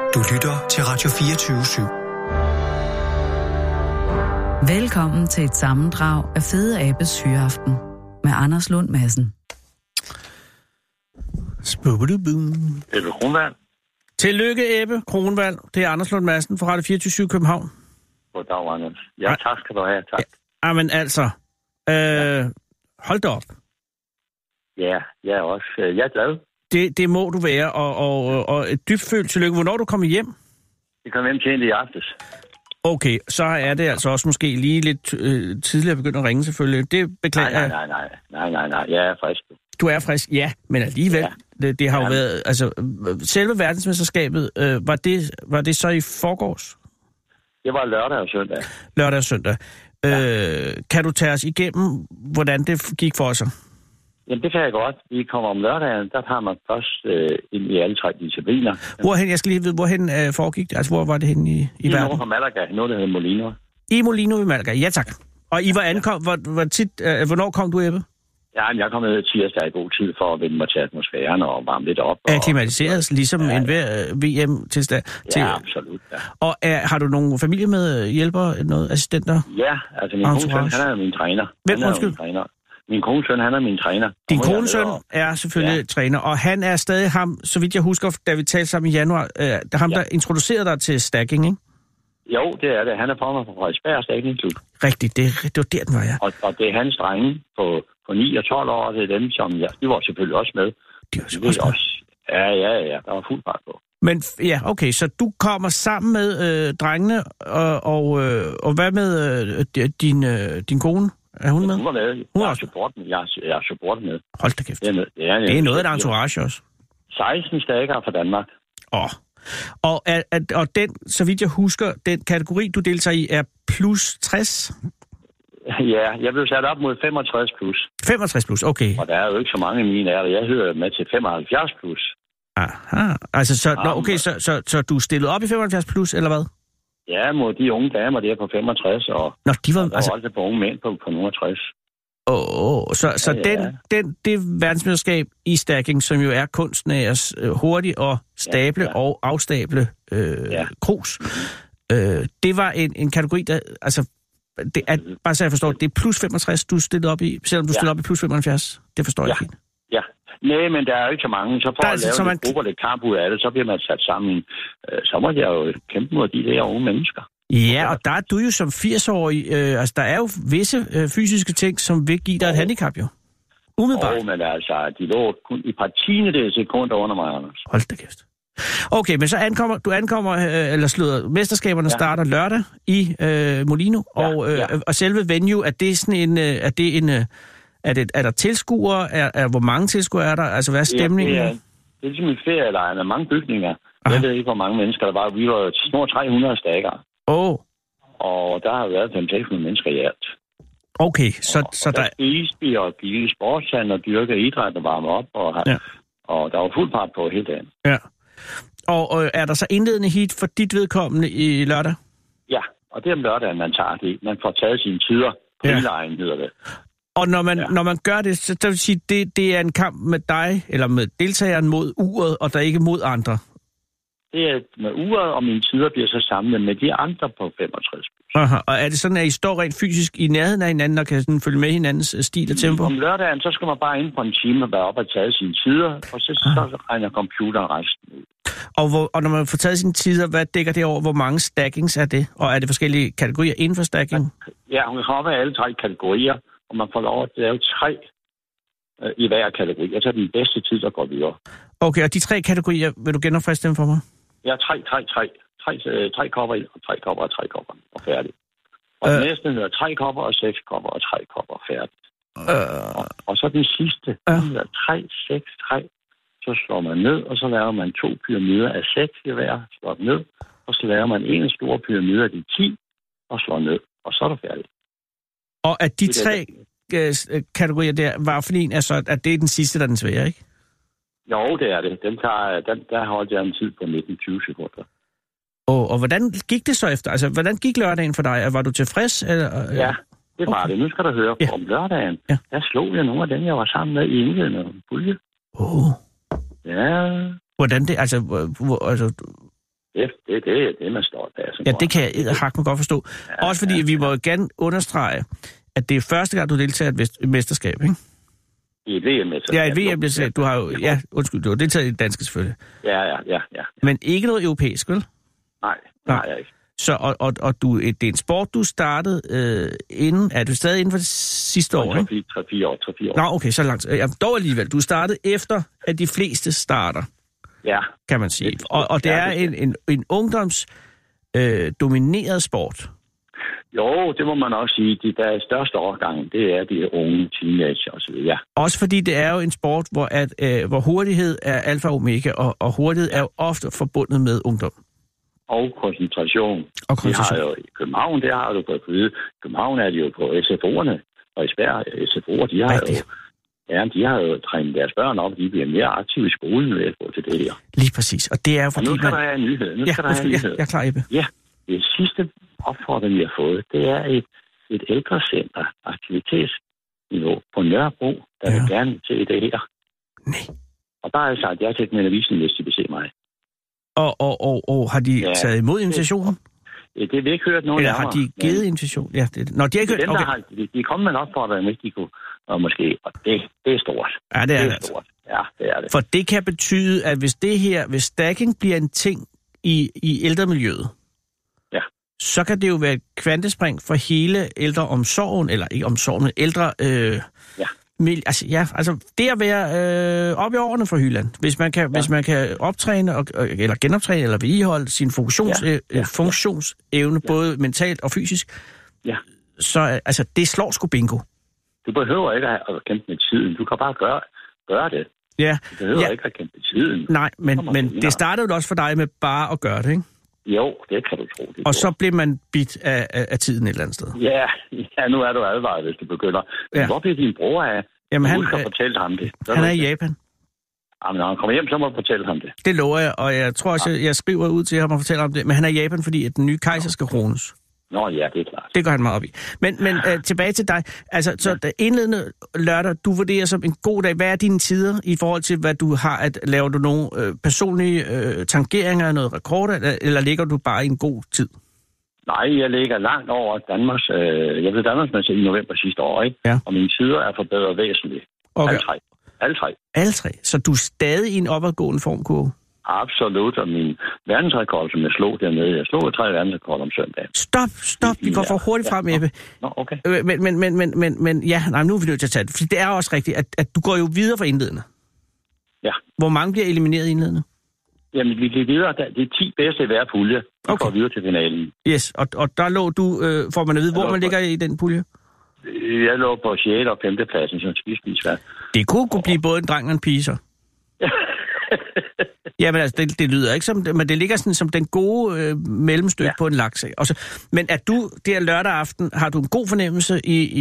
Du lytter til Radio 24/7. Velkommen til et sammendrag af Fede Abes Hyreaften med Anders Lund Madsen. Ebbe Kronvald. Tillykke, Ebbe Kronvald. Det er Anders Lund Madsen fra Radio 24/7 København. Goddag, Anders. Ja, tak skal du have. Tak. Jamen altså, hold da op. Ja, jeg er også. Jeg er glad. Det må du være, og et dybfølt tillykke. Hvornår du kommer hjem? Jeg kom hjem til i aftes. Okay, så er det altså også måske lige lidt tidligere begyndt at ringe selvfølgelig. Det beklager jeg. Nej. Jeg er frisk. Du er frisk, ja, men alligevel. Ja. Det har jo været, altså, selve verdensmesterskabet, var det så i forgårs? Det var lørdag og søndag. Lørdag og søndag. Ja. Kan du tage os igennem, hvordan det gik for sig? Jamen, det kan jeg godt. Vi kommer om lørdagen, der tager man først ind i alle 3 discipliner. Jeg skal lige vide, hvorhen foregik det? Altså, hvor var det henne i verden? I nord fra Malaga, noget der hedder Molino. I Molino i Malaga, ja tak. Og I var ankom, hvornår kom du, Ebbe? Ja, jeg kom ned tirsdag i god tid for at vende mig til atmosfæren og varme lidt op. Akklimatiseret, ligesom enhver VM-tilstand? Ja, absolut. Ja. Og har du nogle familie med hjælper, noget assistenter? Ja, altså min kones søn, han er min træner. Hvem, undskyld? Min kones søn, han er min træner. Din kones søn er selvfølgelig træner, og han er stadig ham, så vidt jeg husker, da vi talte sammen i januar, der introducerede dig til stacking, ikke? Jo, det er det. Han er formand for Frederiksberg Stacking Klub. Rigtigt, det var der, den var, ja. Og det er hans drenge på 9 og 12 år, det er dem, som de var selvfølgelig også med. De var selvfølgelig også med. Ja, der var fuld fart på. Men ja, okay, så du kommer sammen med drengene, og hvad med din kone? Er hun med? Hun var med. Jeg er support med. Hold da kæft. Det er noget af et entourage også. 16 stakker fra Danmark. Og den, så vidt jeg husker, den kategori, du deltager i, er plus 60? Ja, jeg blev sat op mod 65 plus. 65 plus, okay. Og der er jo ikke så mange i mine ærter. Jeg hører med til 75 plus. Aha, altså så du er stillet op i 75 plus, eller hvad? Ja, mod de unge damer der på 65, og de var også på unge mænd på 60. Det verdensmesterskab i stacking, som jo er kunsten af at hurtigt at stable og afstable krus, det var en kategori, der, altså, det er, bare så jeg forstår, det er plus 65, du stillede op i, selvom du stillede op i plus 75. Det forstår jeg ikke. Ja. Nej, men der er jo ikke så mange. Så for at lave lidt grupper, lidt kamp ud af det, så bliver man sat sammen. Så må jeg jo kæmpe mod de der unge mennesker. Ja, og der er du jo som 80-årig, altså der er jo visse fysiske ting, som vil give dig et handicap, jo. Umiddelbart. Men altså, de lå kun i par tiendedele sekunder under mig, Anders. Hold da kæft. Okay, men så mesterskaberne starter lørdag i Molino, og selve venue, er det sådan er der tilskuere? Hvor mange tilskuere er der? Altså, hvad er stemningen? Det er ligesom en ferielejr med mange bygninger. Jeg ved ikke, hvor mange mennesker der var. Vi var snart 300 stakker. Og der har været 500 mennesker i alt. Okay, så der spiste vi og gik i sportshand og dyrke idræt og varme op. Og der var fuld part på hele dagen. Ja. Og er der så indledende heat for dit vedkommende i lørdag? Ja, og det er om lørdagen, man tager det. Man får taget sine tider. Frilejen hedder det. Og når man gør det, så vil sige, det er en kamp med dig, eller med deltageren mod uret, og der ikke mod andre? Det er med uret, og mine tider bliver så samlet med de andre på 65. Aha. Og er det sådan, at I står rent fysisk i nærheden af hinanden, og kan sådan følge med hinandens stil og tempo? Om lørdagen, så skal man bare ind på en time og være op og tage sine tider, og så regner computeren resten ud. Og når man får taget sine tider, hvad dækker det over? Hvor mange stackings er det? Og er det forskellige kategorier inden for stacking? Ja, hun kan hoppe af alle 3 kategorier, og man får lov at lave 3 i hver kategori. Og så er den bedste tid, der går videre. Okay, og de 3 kategorier, vil du genopfriske dem for mig? Ja, 3 kopper ind, og 3 kopper og 3 kopper, og færdigt. Og den næste hedder 3 kopper og 6 kopper og 3 kopper, færdigt. Og så den sidste, hedder 3, 6, 3. Så slår man ned, og så laver man 2 pyramider af 6 i hver, slår ned, og så laver man en stor pyramide af de 10, og slår ned, og så er det færdigt. Og at de 3 kategorier der, var for en, altså, at det er den sidste, der er den svære, ikke? Jo, det er det. Der holdt jeg en tid på 19-20 sekunder. Og hvordan gik det så efter? Altså, hvordan gik lørdagen for dig? Var du tilfreds? Eller? Ja, det var det. Nu skal du høre på om lørdagen. Ja. Der slog jeg nogle af dem, jeg var sammen med i indledende pulje. Ja. Hvordan det? Altså, Det er det, man står der. Ja, det kan jeg godt forstå. Ja, også fordi vi må gerne understrege, at det er første gang, du deltager i et mesterskab, ikke? I et VM-mesterskab. Ja, et VM-mesterskab. Du har jo... Ja, undskyld, du har deltaget i det danske selvfølgelig. Ja. Men ikke noget europæisk, vel? Nej, det har jeg ikke. Så, og du, det er en sport, du startede inden... Er du stadig inden for det sidste år, ikke? 3-4 år. Nå, okay, så langt. Ja, dog alligevel. Du startede efter, at de fleste starter. Ja. Kan man sige. Og det er en ungdoms domineret sport. Jo, det må man også sige. Der er største overgang, det er de unge teenager og så videre. Ja. Også fordi det er jo en sport, hvor hurtighed er alfa og omega, og hurtighed er jo ofte forbundet med ungdom. Og koncentration. De har jo i København, der har du på København er de jo på SFO'erne, og i Spær SFO'er, de har jo trænet deres børn op, de bliver mere aktive i skolen ved at gå til det her. Lige præcis, og det er jo fordi... Og nu skal der have en nyhed. Jeg er klar, Ebbe. Ja, det sidste opfordring, vi har fået, det er et ældrecenter, aktivitetsniveau på Nørrebro, der vil gerne til det her. Nej. Og der har jeg sagt, jeg har med en avisen, hvis de vil se mig. Og har de taget imod invitationen? Det har vi ikke hørt nogen. Eller har de givet invitation? Ja, Nå, de har ikke hørt... Okay. De er kommet med en opfordring, hvis de kunne... Og måske... Og det er stort. Ja, det er stort. Ja, det er det. For det kan betyde, at hvis stacking bliver en ting i ældremiljøet, så kan det jo være et kvantespring for hele ældreomsorgen, eller ikke omsorgen, men ældre... Altså det at være op i årene for Hyland, hvis man kan optræne eller genoptræne eller vedligeholde sin funktionsevne både mentalt og fysisk, så altså det slår sgu bingo. Du behøver ikke at kæmpe med tiden, du kan bare gøre det. Ja. Du behøver ikke at kæmpe med tiden. Nej, men det startede jo også for dig med bare at gøre det, ikke? Jo, det kan du tro. Og så bliver man bidt af tiden et eller andet sted. Ja, nu er du advaret, hvis du begynder. Men hvor bliver din bror af? Jamen, han skal fortælle ham det. Han er i Japan. Jamen, når han kommer hjem, så må du fortælle ham det. Det lover jeg, og jeg tror også, jeg skriver ud til ham og fortæller ham det. Men han er i Japan, fordi at den nye kejser skal krones. Nå ja, det er klart. Det går han meget op i. Men tilbage til dig. Altså, så indledende lørdag, du vurderer som en god dag. Hvad er dine tider i forhold til, hvad du har at lave? Du nogle personlige tangeringer, noget rekord, eller ligger du bare i en god tid? Nej, jeg ligger langt over Danmarks... jeg blev Danmarksmester i november sidste år, ikke? Ja. Og mine tider er forbedret væsentligt. Okay. Alle tre. Så du er stadig i en opadgående formkurve? Absolut, og min verdensrekord, som jeg slog dernede, jeg slog 3 verdensrekorder om søndagen. Stop, vi går for hurtigt frem, Ebbe. Nå, okay. Men nu er vi nødt til at tage det, for det er også rigtigt, at du går jo videre fra indledende. Ja. Hvor mange bliver elimineret i indledende? Jamen, vi gik videre, det er 10 bedste i hver pulje, og går videre til finalen. Yes, og der lå du, får man at vide, hvor man ligger i den pulje? Jeg lå på 6. og 5. pladsen, som spidspisvær. Det kunne blive både en dreng og en pige, så. Ja, men altså, det lyder ikke som... Men det ligger sådan som den gode mellemstykke på en laks. Men er du der lørdag aften, har du en god fornemmelse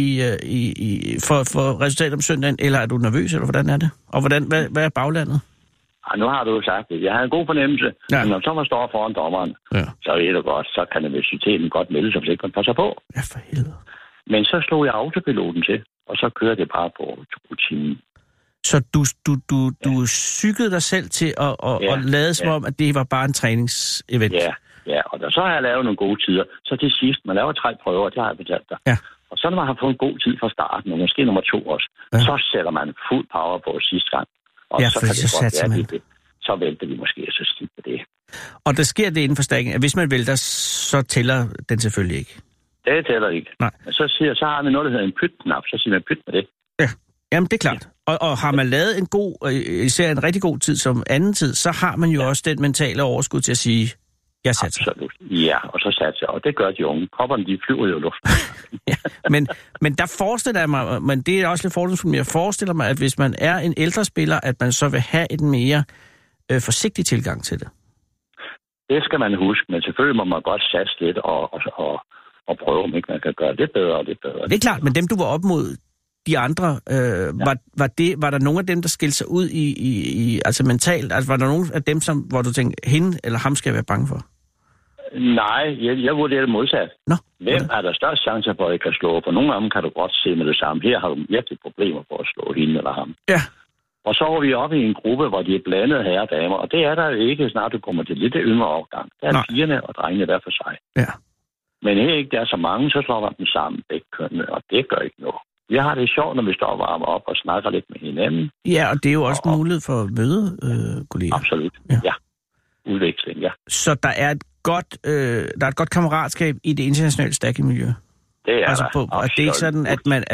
for resultatet om søndagen, eller er du nervøs, eller hvordan er det? Og hvad er baglandet? Nu har du jo sagt det. Jeg har en god fornemmelse, men når så man står foran dommeren, så er det godt, så kan nervøsiteten godt melde sig, hvis ikke man passer på. Ja, for helvede. Men så slog jeg autopiloten til, og så kører det bare på rutinen. Så du cyklede dig selv til at lade som om, at det var bare en træningsevent? Ja, og så har jeg lavet nogle gode tider. Så til sidst, man laver 3 prøver, det har jeg fortalt dig. Ja. Og så når man har fået en god tid fra starten, og måske nummer 2 også, så sætter man fuld power på sidste gang. Og så kan det godt være det. Så vælter vi måske så skidt på det. Og der sker det inden for stækken, at hvis man vælter, så tæller den selvfølgelig ikke? Det tæller ikke. Nej. Så har vi noget, der hedder en pytknap, så siger man pyt med det. Ja, jamen det er klart. Ja. Og har man lavet en god, især en rigtig god tid som anden tid, så har man jo også den mentale overskud til at sige, jeg satser. Absolut. Ja, og så satser, og det gør de unge. Kopperne, de flyver jo i luften. Ja, men der forestiller jeg mig, men det er også lidt fordomsfuldt, men jeg forestiller mig, at hvis man er en ældre spiller, at man så vil have en mere forsigtig tilgang til det. Det skal man huske, men selvfølgelig må man godt satse lidt og prøve, om ikke man kan gøre det bedre og lidt bedre. Det er klart, men dem du var op mod, de andre, var der nogen af dem, der skilte sig ud i altså mentalt? Altså var der nogen af dem, hvor du tænkte, hende eller ham skal jeg være bange for? Nej, jeg vurderer det modsat. Nå, hvem er der størst chance for, at jeg kan slå? For nogle af dem kan du godt se med det samme. Her har du virkelig problemer for at slå hende eller ham. Ja. Og så var vi oppe i en gruppe, hvor de er blandet herrer og damer. Og det er der jo ikke, snart du kommer til lidt yngre opgang. Der er pigerne og drengene hver for sig. Ja. Men her ikke der er så mange, så slår man dem sammen begge kønnene, og det gør ikke noget. Vi har det sjovt, når vi står og varmer op og snakker lidt med hinanden. Ja, og det er jo også en mulighed for at møde kolleger. Absolut, ja. Udveksling, ja. Så der er et godt kammeratskab i det internationale stacking-miljø? Det er altså der. At det er ikke sådan,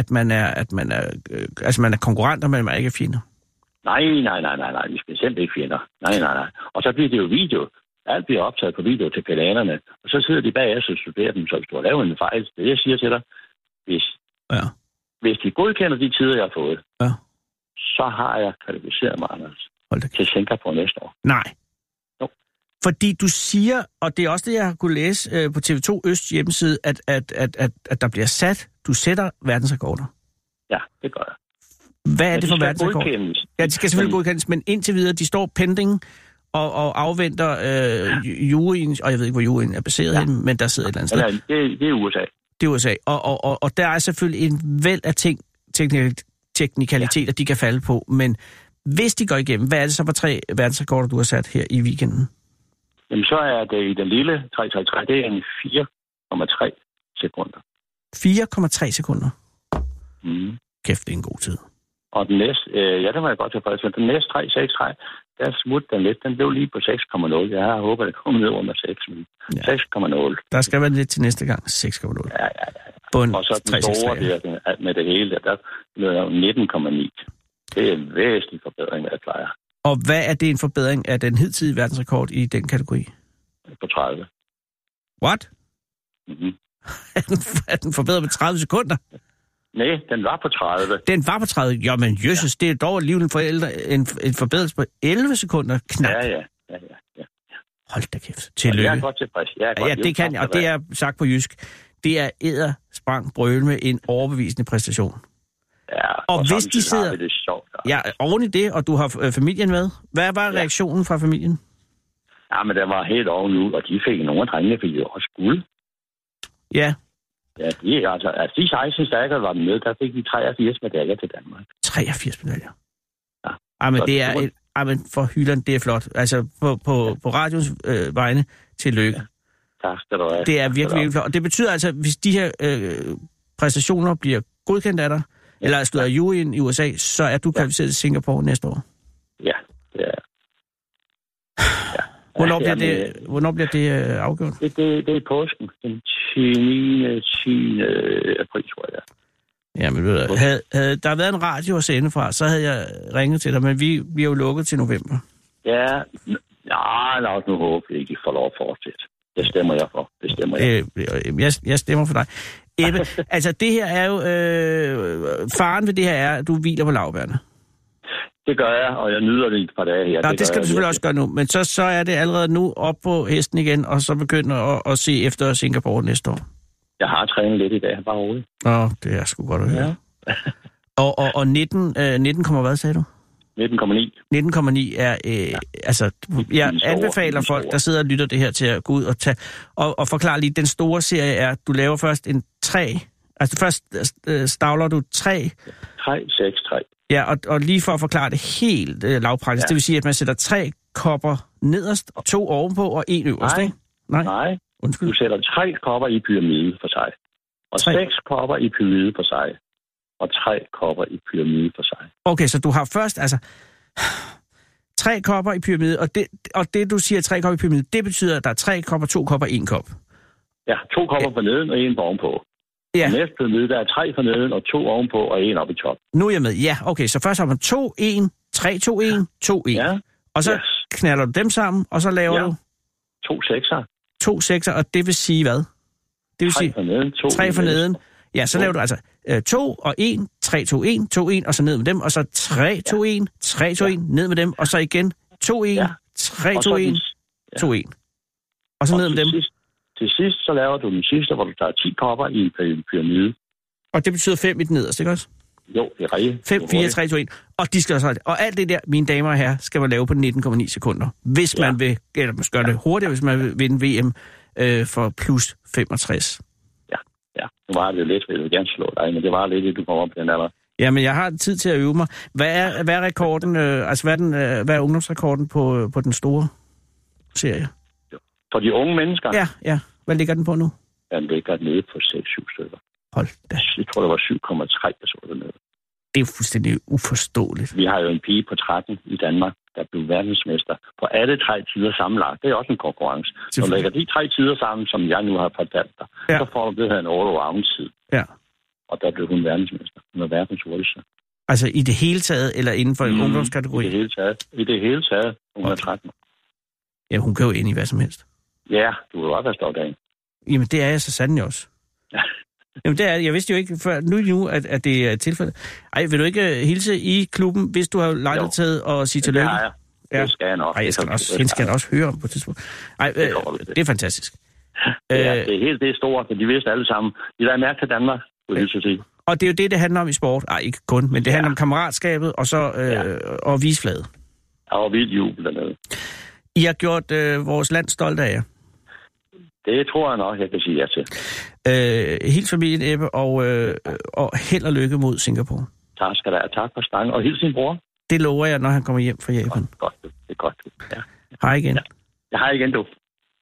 at man er konkurrenter, men man er ikke fjender? Nej. Vi skal selv ikke fjender. Nej. Og så bliver det jo video. Alt bliver optaget på video til pedanerne. Og så sidder de bagefter og studerer dem, så hvis du har lavet en fejl, det jeg siger til dig, hvis de godkender de tider, jeg har fået, så har jeg kvalificeret mig, Anders, til Singapore næste år. Nej. Jo. Fordi du siger, og det er også det, jeg har kunne læse på TV2 Øst hjemmeside, at der bliver du sætter verdensrekorder. Ja, det gør jeg. Hvad er det for verdensrekorder? Ja, de skal selvfølgelig godkendes, men indtil videre, de står pending og afventer juryen, og jeg ved ikke, hvor juryen er baseret hen, men der sidder et eller andet sted. Det er USA. Det er USA, og der er selvfølgelig en væld af teknikaliteter, de kan falde på, men hvis de går igennem, hvad er det så for 3 verdensrekorder, du har sat her i weekenden? Jamen, så er det i den lille 333, det er en 4,3 sekunder. 4,3 sekunder? Mm. Kæft, det er en god tid. Og den næste, det var jeg godt tilfreds med. Den næste 363, der smutte den lidt. Den blev lige på 6,0. Jeg håber, det kommer ned under 6. Men 6,0. Der skal være lidt til næste gang. 6,0. Ja. Og så den store der, med det hele, der blev 19,9. Det er en væsentlig forbedring, hvad jeg plejer. Og hvad er det en forbedring af den hidtidige verdensrekord i den kategori? På 30. What? Mm-hmm. Er den forbedret med 30 sekunder? Nej, den var på 30. Den var på 30? Jo, men jøsses, det er dog alligevel en forbedring på 11 sekunder knap. Ja. Hold da kæft. Tillykke. Jeg er godt tilfreds. Ja, det kan jeg, og det er sagt på jysk. Det er eddersprang brøl med en overbevisende præstation. Ja, og hvis de sidder... Det sjovt, ja, oven i det, og du har familien med. Hvad var reaktionen fra familien? Ja, men den var helt ovenud, og de fik nogle af drengene, fik jo også guld. Ja. Ja, de 16 stakker var med, der fik de 83 medaljer til Danmark. 83 medaljer? Ja. Men det er... men for Hyland, det er flot. Altså, på radios vegne, tillykke. Ja. Tak skal du have. Det er virkelig flot. Og det betyder altså, hvis de her præstationer bliver godkendt af dig, eller stået af juryen i USA, så er du kvalificeret til Singapore næste år? Ja, det er. Ja. Hvornår bliver det afgjort? Det er i påsken. Den 10. april, tror jeg. Jamen, havde der været en radio at sende fra, så havde jeg ringet til dig, men vi bliver jo lukket til november. Ja, lad os nu håbe, at I får lov at fortsætte. Det stemmer jeg for. Jeg stemmer for dig. Ebbe, altså det her er jo... faren ved det her er, at du hviler på laurbærrene. Det gør jeg, og jeg nyder det et par dage her. Nå, det skal du selvfølgelig også gøre nu, men så er det allerede nu op på hesten igen, og så begynder at se efter Singapore næste år. Jeg har trænet lidt i dag, bare roligt. Det er sgu godt at høre. Ja. og 19, hvad sagde du? 19,9. 19,9 er, altså, jeg anbefaler folk, der sidder og lytter det her, til at gå ud og tage, og forklare lige, den store serie er, du laver først en 3, altså først stavler du 3. 3, 6, 3. Ja, og lige for at forklare det helt lavpraktisk, det vil sige, at man sætter 3 kopper nederst, 2 ovenpå og 1 øverst, ikke? Nej. Undskyld. Du sætter 3 kopper i pyramide for sig, og 6 kopper i pyramide for sig, og 3 kopper i pyramide for sig. Okay, så du har først, altså, 3 kopper i pyramide, og det du siger 3 kopper i pyramide, det betyder, at der er 3 kopper, 2 kopper, 1 kop. Ja, 2 kopper for neden og 1 ovenpå. Ja. Næste pyramide, der er 3 for neden og 2 ovenpå og 1 oppe i top. Nu er jeg med. Ja, okay, så først har man 2, 1, 3, 2, 1, 2, 1. Ja. Og så knalder du dem sammen, og så laver du... 2 sekser. 2 sekser, og det vil sige hvad? Det vil sige 3 for neden, 3 for neden. Ja, så laver du altså 2 og 1, 3, 2, 1, 2, 1, og så ned med dem, og så 3, 2, 1, 3, 2, 1, ned med dem, og så igen 2, 1, 3, 2, 1, 2, 1. Og så ned med dem. Til sidst, så laver du den sidste, hvor du tager 10 kopper i en pyramide. Og det betyder 5 i den nederste, ikke også? Jo, det er rigtigt. 5, 4, 3, 2, 1. Og de skal også have det. Og alt det der, mine damer og herrer, skal man lave på 19,9 sekunder. Hvis man vil, eller man skal gøre det hurtigere, hvis man vil vinde VM for plus 65. Ja. Nu var det lidt, jeg vil gerne slå dig, men det var lidt, du kom op på den alder. Jamen, jeg har tid til at øve mig. Hvad er rekorden, hvad er ungdomsrekorden på den store serie? For de unge mennesker? Ja. Hvad ligger den på nu? Den ligger nede på 6-7 stykker. Hold da. Jeg tror, det var 7,3, jeg så det nede. Det er fuldstændig uforståeligt. Vi har jo en pige på 13 i Danmark, der blev verdensmester på alle 3 tider sammenlagt. Det er også en konkurrence. Så lægger de 3 tider sammen, som jeg nu har fortalt dig, så får du det her en all-around-tid. Ja. Og der blev hun verdensmester. Hun er verdens hurtigste. Altså i det hele taget, eller inden for en ungdomskategori? I det hele taget. Hun er 13. Ja, hun kan jo ind i hvad som helst. Ja, du vil også være stolt af. Jamen, det er jeg så sandelig også. Jamen, det er jeg vidste jo ikke før nu, at det er tilfældet. Ej, vil du ikke hilse i klubben, hvis du har lejlighed til at sige tillykke? Ja, det skal jeg nok. Ej, hende skal jeg også høre om på et tidspunkt. Ej, det er fantastisk. Ja, det er stort, for de vidste alle sammen. De der er mærke til Danmark, vil jeg sige. Og det er jo det handler om i sport. Ej, ikke kun, men det handler om kammeratskabet og så og visflaget. Ja, og vildt jubel dernede. I har gjort vores land stolt af jer. Det tror jeg nok, jeg kan sige ja til. Hils familien Ebbe, og held og lykke mod Singapore. Tak skal der have. Tak for snakken. Og hils sin bror. Det lover jeg, når han kommer hjem fra Japan. Godt. Det er godt. Ja. Hej igen. Ja, hej igen, du.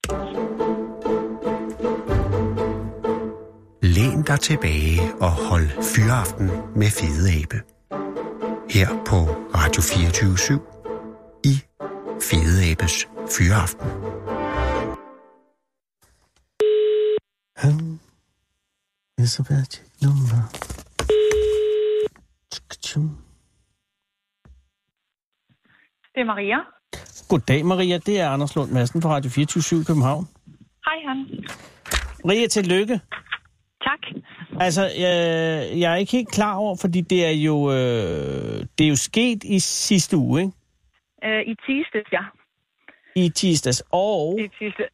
Læn dig tilbage og hold fyraften med Fede Abe. Her på Radio 24/7 i Fede Abes Fyraften. Han er så værd nummer. Det er Maria. Goddag, Maria. Det er Anders Lund Madsen fra Radio 24/7 København. Hej, Hans. Maria, tillykke. Tak. Altså, jeg er ikke helt klar over, fordi det er jo sket i sidste uge, ikke? I tirsdags, ja. I tirsdags. Og I tirsdags.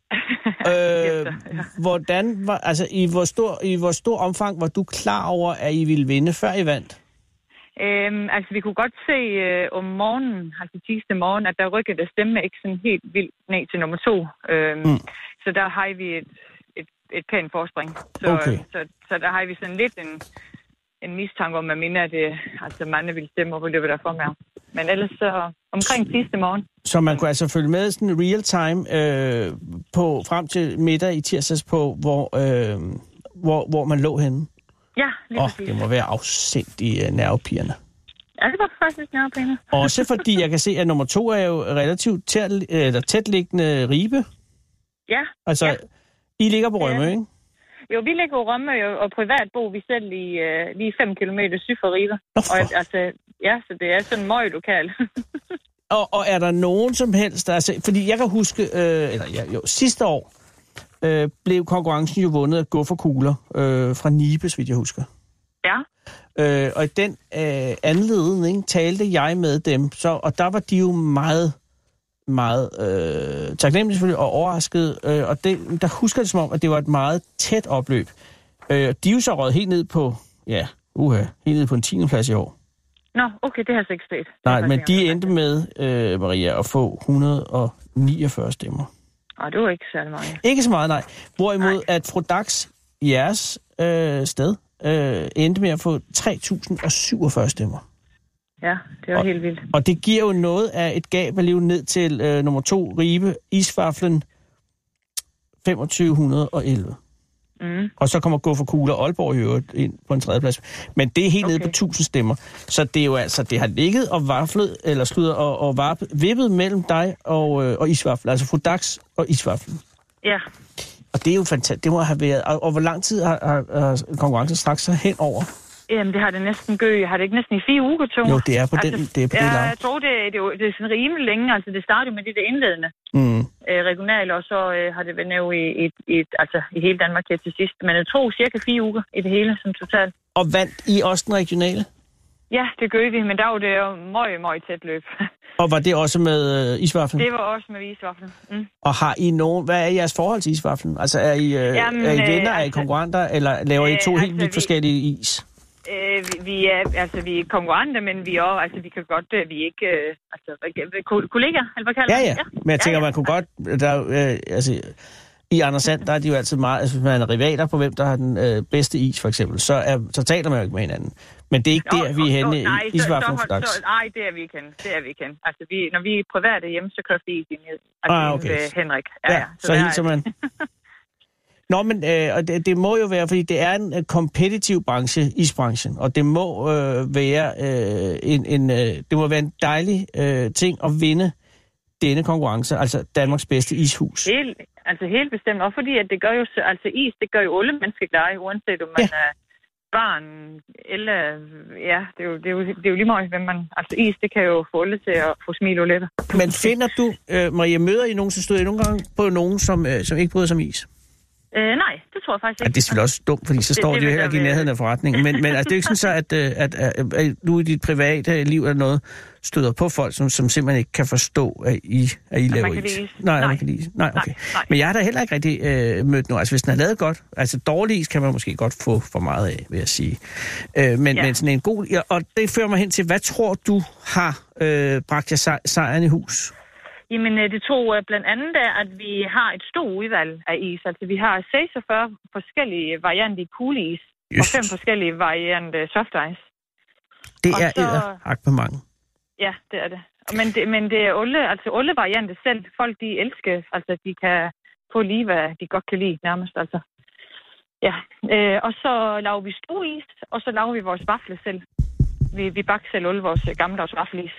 hvordan var, altså i hvor stor omfang var du klar over, at I ville vinde, før I vandt? Altså, vi kunne godt se om morgenen, altså tirsdag morgen, at der rykkede der stemme ikke sådan helt vildt ned til nummer 2. Så der har vi et pænt forspring. Så der har vi sådan lidt en mistanke om, at mine af det, altså mange vil stemme op i løbet af formiddag. Men ellers så omkring sidste morgen. Så man kunne altså følge med sådan real time frem til middag i tirsdags på, hvor man lå henne? Ja, lige præcis. Det må være afsindigt nervepirrende. Ja, det var faktisk nervepirrende. Også fordi jeg kan se, at nummer 2 er jo relativt tætliggende Ribe. Ja. Altså, ja. I ligger på Rømø, ikke? Jo, vi ligger på Rømø, og privat bor vi selv lige 5 kilometer syd for Ribe. Og altså, ja, så det er sådan meget lokalt. og er der nogen som helst, altså, fordi jeg kan huske, sidste år blev konkurrencen jo vundet af Gufferkugler fra Nibe, vidt jeg husker. Ja. Og i den anledning talte jeg med dem, og der var de jo meget taknemmelige selvfølgelig og overrasket. Og der husker det som om, at det var et meget tæt opløb. De er jo så røget helt ned på, helt ned på en 10. plads i år. Nå, okay, det har jeg ikke set. Nej, men de endte med, Maria, at få 149 stemmer. Og det var ikke særlig meget. Ikke så meget, nej. Hvorimod at Fru Dax, jeres sted, endte med at få 3.047 stemmer. Ja, det var helt vildt. Og det giver jo noget af et gab at leve ned til nummer 2, Ribe, Isvaflen, 2511. Og så kommer Gufferkugler og Aalborg i øvrigt ind på en 3. plads. Men det er helt nede på 1000 stemmer. Så det er jo altså, det har ligget og vaflet, eller sludder og vippet mellem dig og Isvaflen. Altså Fru Dax og Isvaflen. Ja. Og det er jo fantastisk. Det må have været. Og hvor lang tid har konkurrencen strakt sig hen over? Jamen, det har det næsten har det ikke næsten i 4 uger, Tone? Jo, det er på det lag. Jeg tror, det er sådan rimelig længe. Altså, det startede med det der indledende regional, og så har det været nævnt i hele Danmark til sidst. Men jeg tror cirka 4 uger i det hele, som totalt. Og vandt I også den regionale? Ja, det gør vi, men der var det jo meget tæt løb. Og var det også med Isvaflen? Det var også med Isvaflen. Og har I nogen... Hvad er jeres forhold til Isvaflen? Altså, er I venner, er I konkurrenter, eller laver I to helt vidt forskellige is? Vi er konkurrenter, men vi er også, vi kan godt, vi er ikke, kollegaer, eller hvad kalder det? Ja. Men jeg tænker, man kunne godt, I Andersand, der er de jo altid meget... Altså, hvis man er rivaler på, hvem der har den bedste is, for eksempel, så taler man jo ikke med hinanden. Men det er ikke der, vi er henne i isvaflen for dags. Nej, det er vi ikke henne. Altså, når vi er private hjemme, så kører vi is i okay. Henrik. Ja, så hilser man... Nå, men det må jo være, fordi det er en kompetitiv branche, isbranchen, og det må være det må være en dejlig ting at vinde denne konkurrence, altså Danmarks bedste ishus. Helt bestemt, og fordi at det gør jo, altså is, det gør jo alle mennesker glade, uanset om man er barn, eller, ja, det er jo lige meget, hvem man, altså is, det kan jo få alle til at få smil og letter. Men finder du, Maria, møder I nogen, så støder I nogle gange på nogen, som ikke bryder sig om is? Nej, det tror jeg faktisk ikke. Ja, det er selvfølgelig også dumt, fordi så står de jo her i nærheden af forretningen. Men altså, det er jo ikke sådan så, at du i dit private liv eller noget støder på folk, som simpelthen ikke kan forstå, at I laver is. Nej, man kan lide is. Nej, okay. Nej. Men jeg har da heller ikke rigtig mødt noget. Altså, hvis den er lavet godt, altså dårlig is kan man måske godt få for meget af, vil jeg sige. Men sådan en god... Ja, og det fører mig hen til, hvad tror du har bragt jer sejren i hus? Jamen, det tog blandt andet af, at vi har et stort udvalg af is. Altså, vi har 46 forskellige varianter i kuleis, og 5 forskellige varianter soft ice. Det er edderhak på mange. Ja, det er det. Men det er alle varianter selv. Folk, de elsker, altså, de kan få lige, hvad de godt kan lide, nærmest, altså. Ja, og så laver vi stor is, og så laver vi vores vafler selv. Vi bakker selv alle vores gammeldags vaffelis.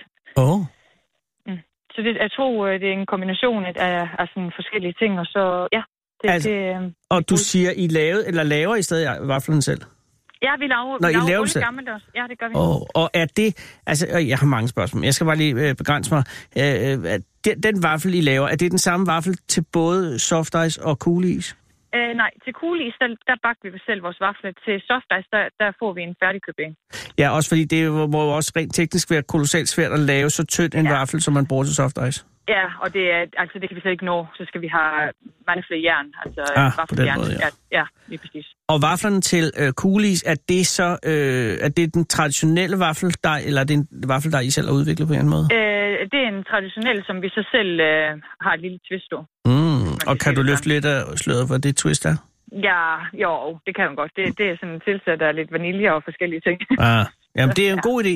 Så jeg tror, det er en kombination af sådan forskellige ting, og så, ja. Og du siger, I laver I stadig vaflerne selv? Ja, vi laver alle gammeldags. Ja, det gør vi. Og er det, altså, jeg har mange spørgsmål, jeg skal bare lige begrænse mig. Den vaffel, I laver, er det den samme vaffel til både soft ice og cool is? Nej, til cool is, der bakker vi selv vores vafler. Til soft ice, der får vi en færdigkøbing. Ja, også fordi det må jo også rent teknisk være kolossalt svært at lave så tynd en vaffel, som man bruger til soft ice. Ja, og det kan vi slet ikke nå. Så skal vi have mange flere jern. Altså vaffeljern. Ja, lige præcis. Og vaflerne til cool is, er det så er det den traditionelle vaffeldej, eller er det en vaffeldej, I selv har udviklet på en måde? Det er en traditionel, som vi så selv har et lille twist på. Og kan du løfte lidt af sløret, hvor det twist er? Ja, jo, det kan man godt. Det er sådan en tilsat af lidt vanilje og forskellige ting. Jamen, det er en god idé.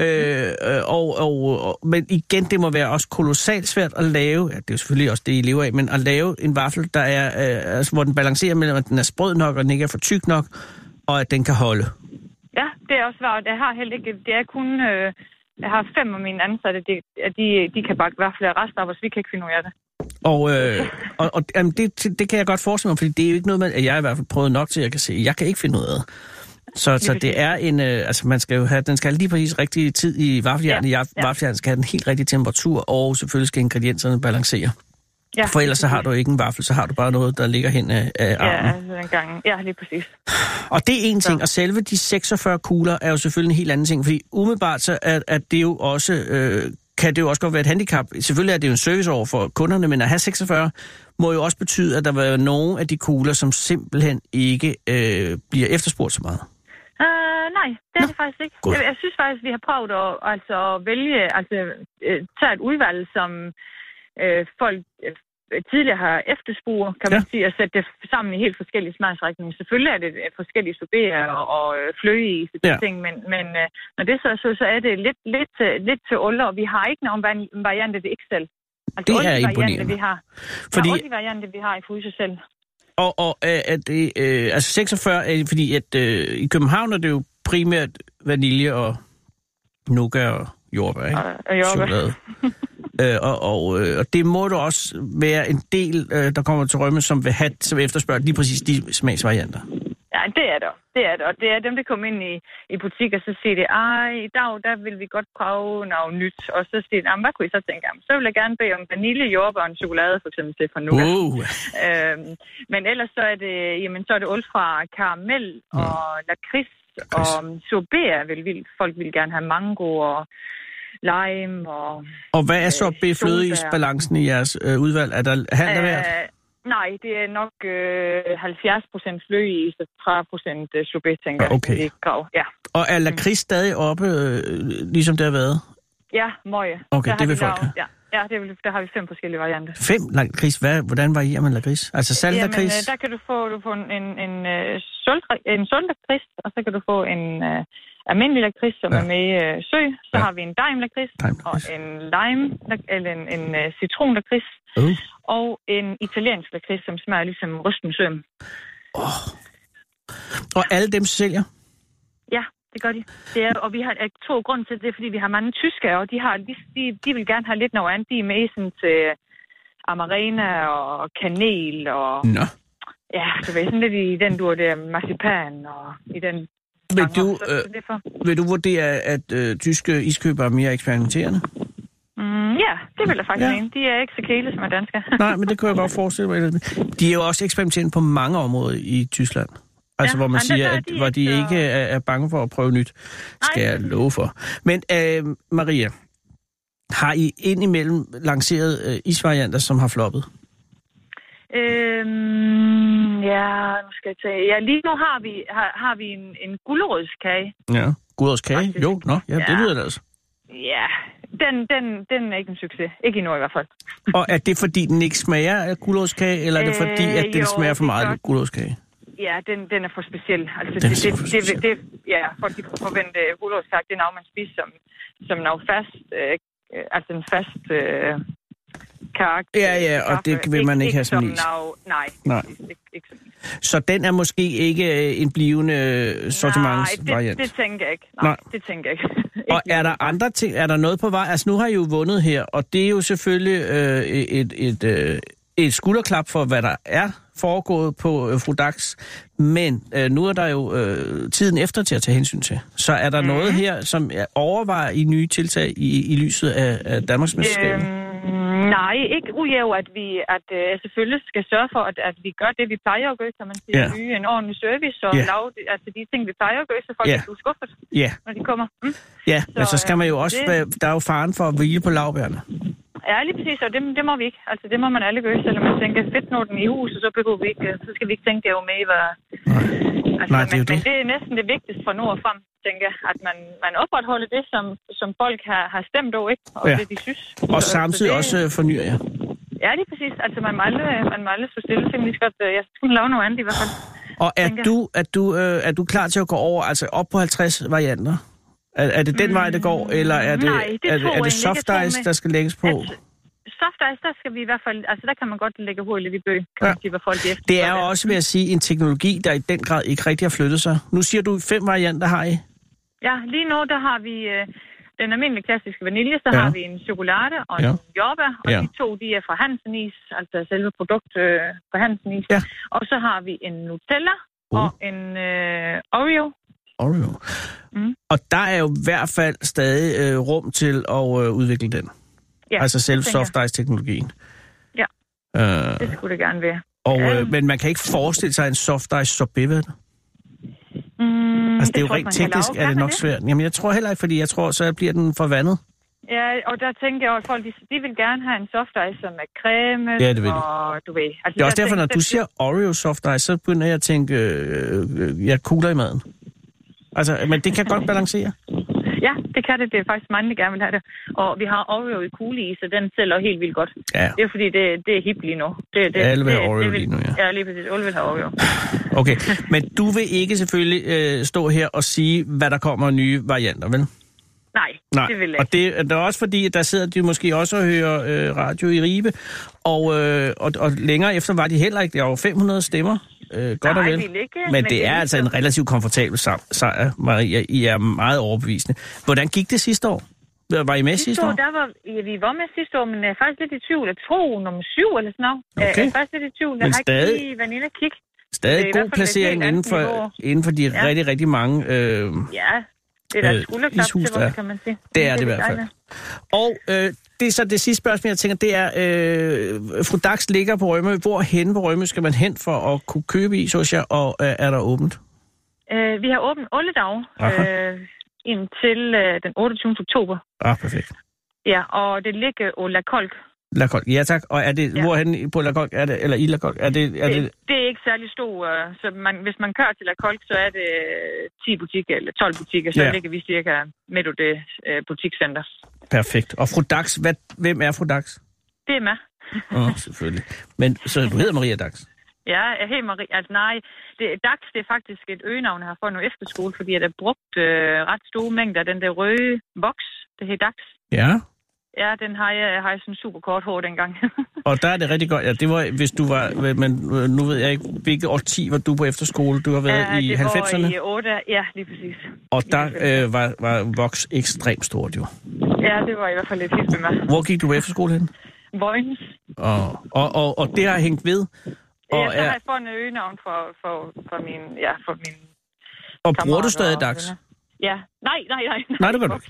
Men igen, det må være også kolossalt svært at lave, det er jo selvfølgelig også det, I lever af, men at lave en vaffel, der er, altså, hvor den balancerer mellem, at den er sprød nok, og den ikke er for tyk nok, og at den kan holde. Ja, det er også svært. Jeg har heller ikke, det er kun, jeg har 5 af mine ansatte, de kan bakke vafler rester af, så vi kan ikke finde ud af det. Og det kan jeg godt forestille mig, fordi det er jo ikke noget, at jeg i hvert fald prøvet nok til, at jeg kan se, jeg kan ikke finde ud af det. Så det er en, altså man skal jo have, den skal lige præcis rigtig tid i vaffeljernet. Vaffeljernet skal have den helt rigtige temperatur, og selvfølgelig skal ingredienserne balancere. Ja, for ellers så har du ikke en vaffel, så har du bare noget, der ligger hen af armen. Ja, den gang. Ja, lige præcis. Og det er en ting, og selve de 46 kugler er jo selvfølgelig en helt anden ting, fordi umiddelbart så er det jo også, kan det jo også godt være et handicap. Selvfølgelig er det jo en service over for kunderne, men at have 46 må jo også betyde, at der vil være nogle af de kugler, som simpelthen ikke bliver efterspurgt så meget. Nej, det er det faktisk ikke. Jeg synes faktisk, vi har prøvet at vælge, tage et udvalg, som folk tidligere har efterspurgt, kan man sige, at sætte det sammen i helt forskellige smagsretninger. Selvfølgelig er det forskellige sorbet og flødeis og ting, men når det så er det lidt til alle, og vi har ikke nogen varianter, det ikke selv. Altså, det er imponerende. Vi har. Fordi alle de varianter, vi har i fryser selv. Og er det, altså 46 er det, fordi at i København er det jo primært vanilje og nougat og jordbær, ikke? Og jordbær. Og det må da også være en del, der kommer til Rømme, som vil have, som efterspørger lige præcis de smagsvarianter. Ja, det er det. Og det er dem, der kommer ind i butik, og så siger det, i dag, der vil vi godt prøve noget nyt. Og så siger det, hvad kunne I så tænke om? Så vil jeg gerne bede om vanilje, jordbær og chokolade, for eksempel til fra nougat. Men ellers så er det, alt fra karamel og lakrids og sorbet folk vil gerne have mango og lime og hvad er sorbet flødeisbalancen i jeres udvalg? Er der halvt af hvert? Nej, det er nok 70% flødeis og 30% sorbet, tænker jeg. Okay. Ja. Og er lakrids stadig oppe, ligesom det har været? Ja, møje. Okay, det vil folk have. Ja, der har vi 5 forskellige varianter. 5 lakrids? Hvordan varierer man lakrids? Altså salt lakrids? Der kan du få en sund lakrids, og så kan du få en almindelig lakrids, som er med sø. Så har vi en dime lakrids, og en lime, eller en citron lakrids, og en italiensk lakrids, som smager ligesom rusten søm. Og alle dem sælger? Ja, det gør de. Og vi har 2 grunde til det, fordi vi har mange tyskere, og de vil gerne have lidt noget andet. De er med sådan til amarena og kanel og... Nå. Ja, så det er sådan lidt i den dur der marcipan og i den... Vil du vurdere, at tyske iskøbere er mere eksperimenterende? Ja, det vil jeg faktisk mene. De er ikke så kæle som er danske. Nej, men det kan jeg godt forestille mig. De er jo også eksperimenterende på mange områder i Tyskland. Altså, hvor man siger, hvor de ikke er bange for at prøve nyt, skal jeg love for. Men Maria, har I indimellem lanceret isvarianter, som har floppet? Nu skal jeg tage... Ja, lige nu har vi en gulerodskage. Ja, gulerodskage? Jo, det lyder det altså. Ja, den er ikke en succes. Ikke endnu i hvert fald. Og er det, fordi den ikke smager af gulerodskage, eller er det fordi, at den smager for meget af gulerodskage? Ja, den er for speciel. Altså, folk de forventer gulerodskage, det er noget, man spiser som noget fast, altså en fast karakter. Ja, og det vil man ikke have som is. Nej. Ikke som is. Så den er måske ikke en blivende sortimentsvariant? Nej, det tænker jeg ikke. Nej, det tænker jeg ikke. Og er der andre ting, er der noget på vej? Altså, nu har I jo vundet her, og det er jo selvfølgelig et skulderklap for, hvad der er foregået på Fru Dax, men nu er der jo tiden efter til at tage hensyn til. Så er der noget her, som overvejer i nye tiltag i lyset af Danmarksmesterskabet? Nej, ikke udover, at vi selvfølgelig skal sørge for, at vi gør det, vi plejer at gøre, kan man sige. Yde en ordentlig service og lave altså de ting, vi plejer at gøre, så folk bliver skuffet, når de kommer. Ja, men så skal man jo også... Der er jo faren for at hvile på laurbærrene. Ja, lige præcis, og det må vi ikke. Altså, det må man alle gøre, selvom man tænker, fedt når den i huset, så behøver vi ikke, så skal vi ikke tænke, det er jo med, hvad... Altså, Nej, det er jo men det er næsten det vigtigste fra nu og frem, tænker jeg, at man opretholder det, som folk har stemt over, ikke? Og det, de synes. Og samtidig også fornyer jer. Ja, lige præcis. Altså, man må aldrig stå stille, så godt, jeg skal lave noget andet i hvert fald. Og er du klar til at gå over, altså op på 50 varianter? Er det den vej, det går, eller er det soft ice, der skal lægges på? Soft ice, der skal vi i hvert fald... Altså, der kan man godt lægge hurtigt i bøg, kan man sige, hvad folk efter. Det er jo også, vil jeg sige, en teknologi, der i den grad ikke rigtig har flyttet sig. Nu siger du 5 varianter, har I? Ja, lige nu, der har vi den almindelige klassiske vanilje, så har vi en chokolade og en jordbær, og de 2, de er fra Hansenis, altså selve produkt fra Hansenis. Ja. Og så har vi en Nutella og en Oreo. Og der er jo i hvert fald stadig rum til at udvikle den. Ja, altså selv soft ice-teknologien. Ja, det skulle det gerne være. Og, men man kan ikke forestille sig en soft ice sorbet, vel? Altså det er jo rent teknisk, er det nok svært. Jamen jeg tror heller ikke, fordi jeg tror, så bliver den forvandet. Ja, og der tænker jeg, at folk de vil gerne have en soft ice, som er creme. Ja, det vil de. Og du ved. Altså, det er også derfor, når du siger Oreo soft ice, så begynder jeg at tænke, kugler i maden. Altså, men det kan godt balancere. Ja, det kan det. Det er faktisk mange, der gerne vil have det. Og vi har Oreo i kugleis, så den sælger helt vildt godt. Ja. Det er fordi, det er hip lige nu. Alle vil have Oreo lige nu, ja. Ja, lige præcis. Alle vil have Oreo. Okay, men du vil ikke selvfølgelig stå her og sige, hvad der kommer af nye varianter, vel? Nej, det vil jeg ikke. Og det er også fordi, at der sidder de måske også og hører radio i Ribe, og længere efter var de heller ikke. Der var 500 stemmer. Godt og vel. Men det er altså en relativt komfortabel sejr, Maria. I er meget overbevisende. Hvordan gik det sidste år? Var I med sidste år? Vi var med sidste år, men jeg er faktisk lidt i tvivl. Jeg tror nummer 7 eller sådan noget. Okay. Jeg er faktisk lidt i tvivl. Jeg har ikke lige været inde og kigge. Stadig god placering inden for de rigtig, rigtig mange det er der skulderklap til vores, kan man sige. Det er det i hvert fald. Og det er så det sidste spørgsmål, jeg tænker, det er, Fru Dax ligger på Rømø. Hvorhen på Rømø skal man hen for at kunne købe is hos jer, og er der åbent? Vi har åbent alle dage indtil den 28. oktober. Perfekt. Ja, og det ligger på La Colque. La Colque, ja tak. Og er det, hvorhen på La Colque, er det, eller i La Colque? Er det... Det er ikke særlig stor, så hvis man kører til La Colque, så er det 10 butikker eller 12 butikker, så ligger vi cirka midt i det butikscenter. Perfekt. Og fru Dax, hvem er fru Dax? Det er mig. Selvfølgelig. Men så du hedder Maria Dax? Ja, jeg hedder Maria. Altså nej, Dax det er faktisk et øgenavn, jeg har fået nu efterskole, fordi jeg har brugt ret store mængder af den der røde voks, det hedder Dax. Ja. Ja, den har jeg sådan super kort hår dengang. Og der er det rigtig godt. Ja, det var, hvis du var... Men nu ved jeg ikke, hvilket årti var du på efterskole? Du har været i 90'erne? Ja, det var i 8. Ja, lige præcis. Og der var voks ekstremt stort jo. Ja, det var i hvert fald lidt helt med mig. Hvor gik du på efterskole hen? Vojens. Og det har hængt ved? Og ja, så har jeg fået en øgenavn for min... Ja, for min... Og bruger du stadig Dax? Ja. Nej. Nej, det gør du.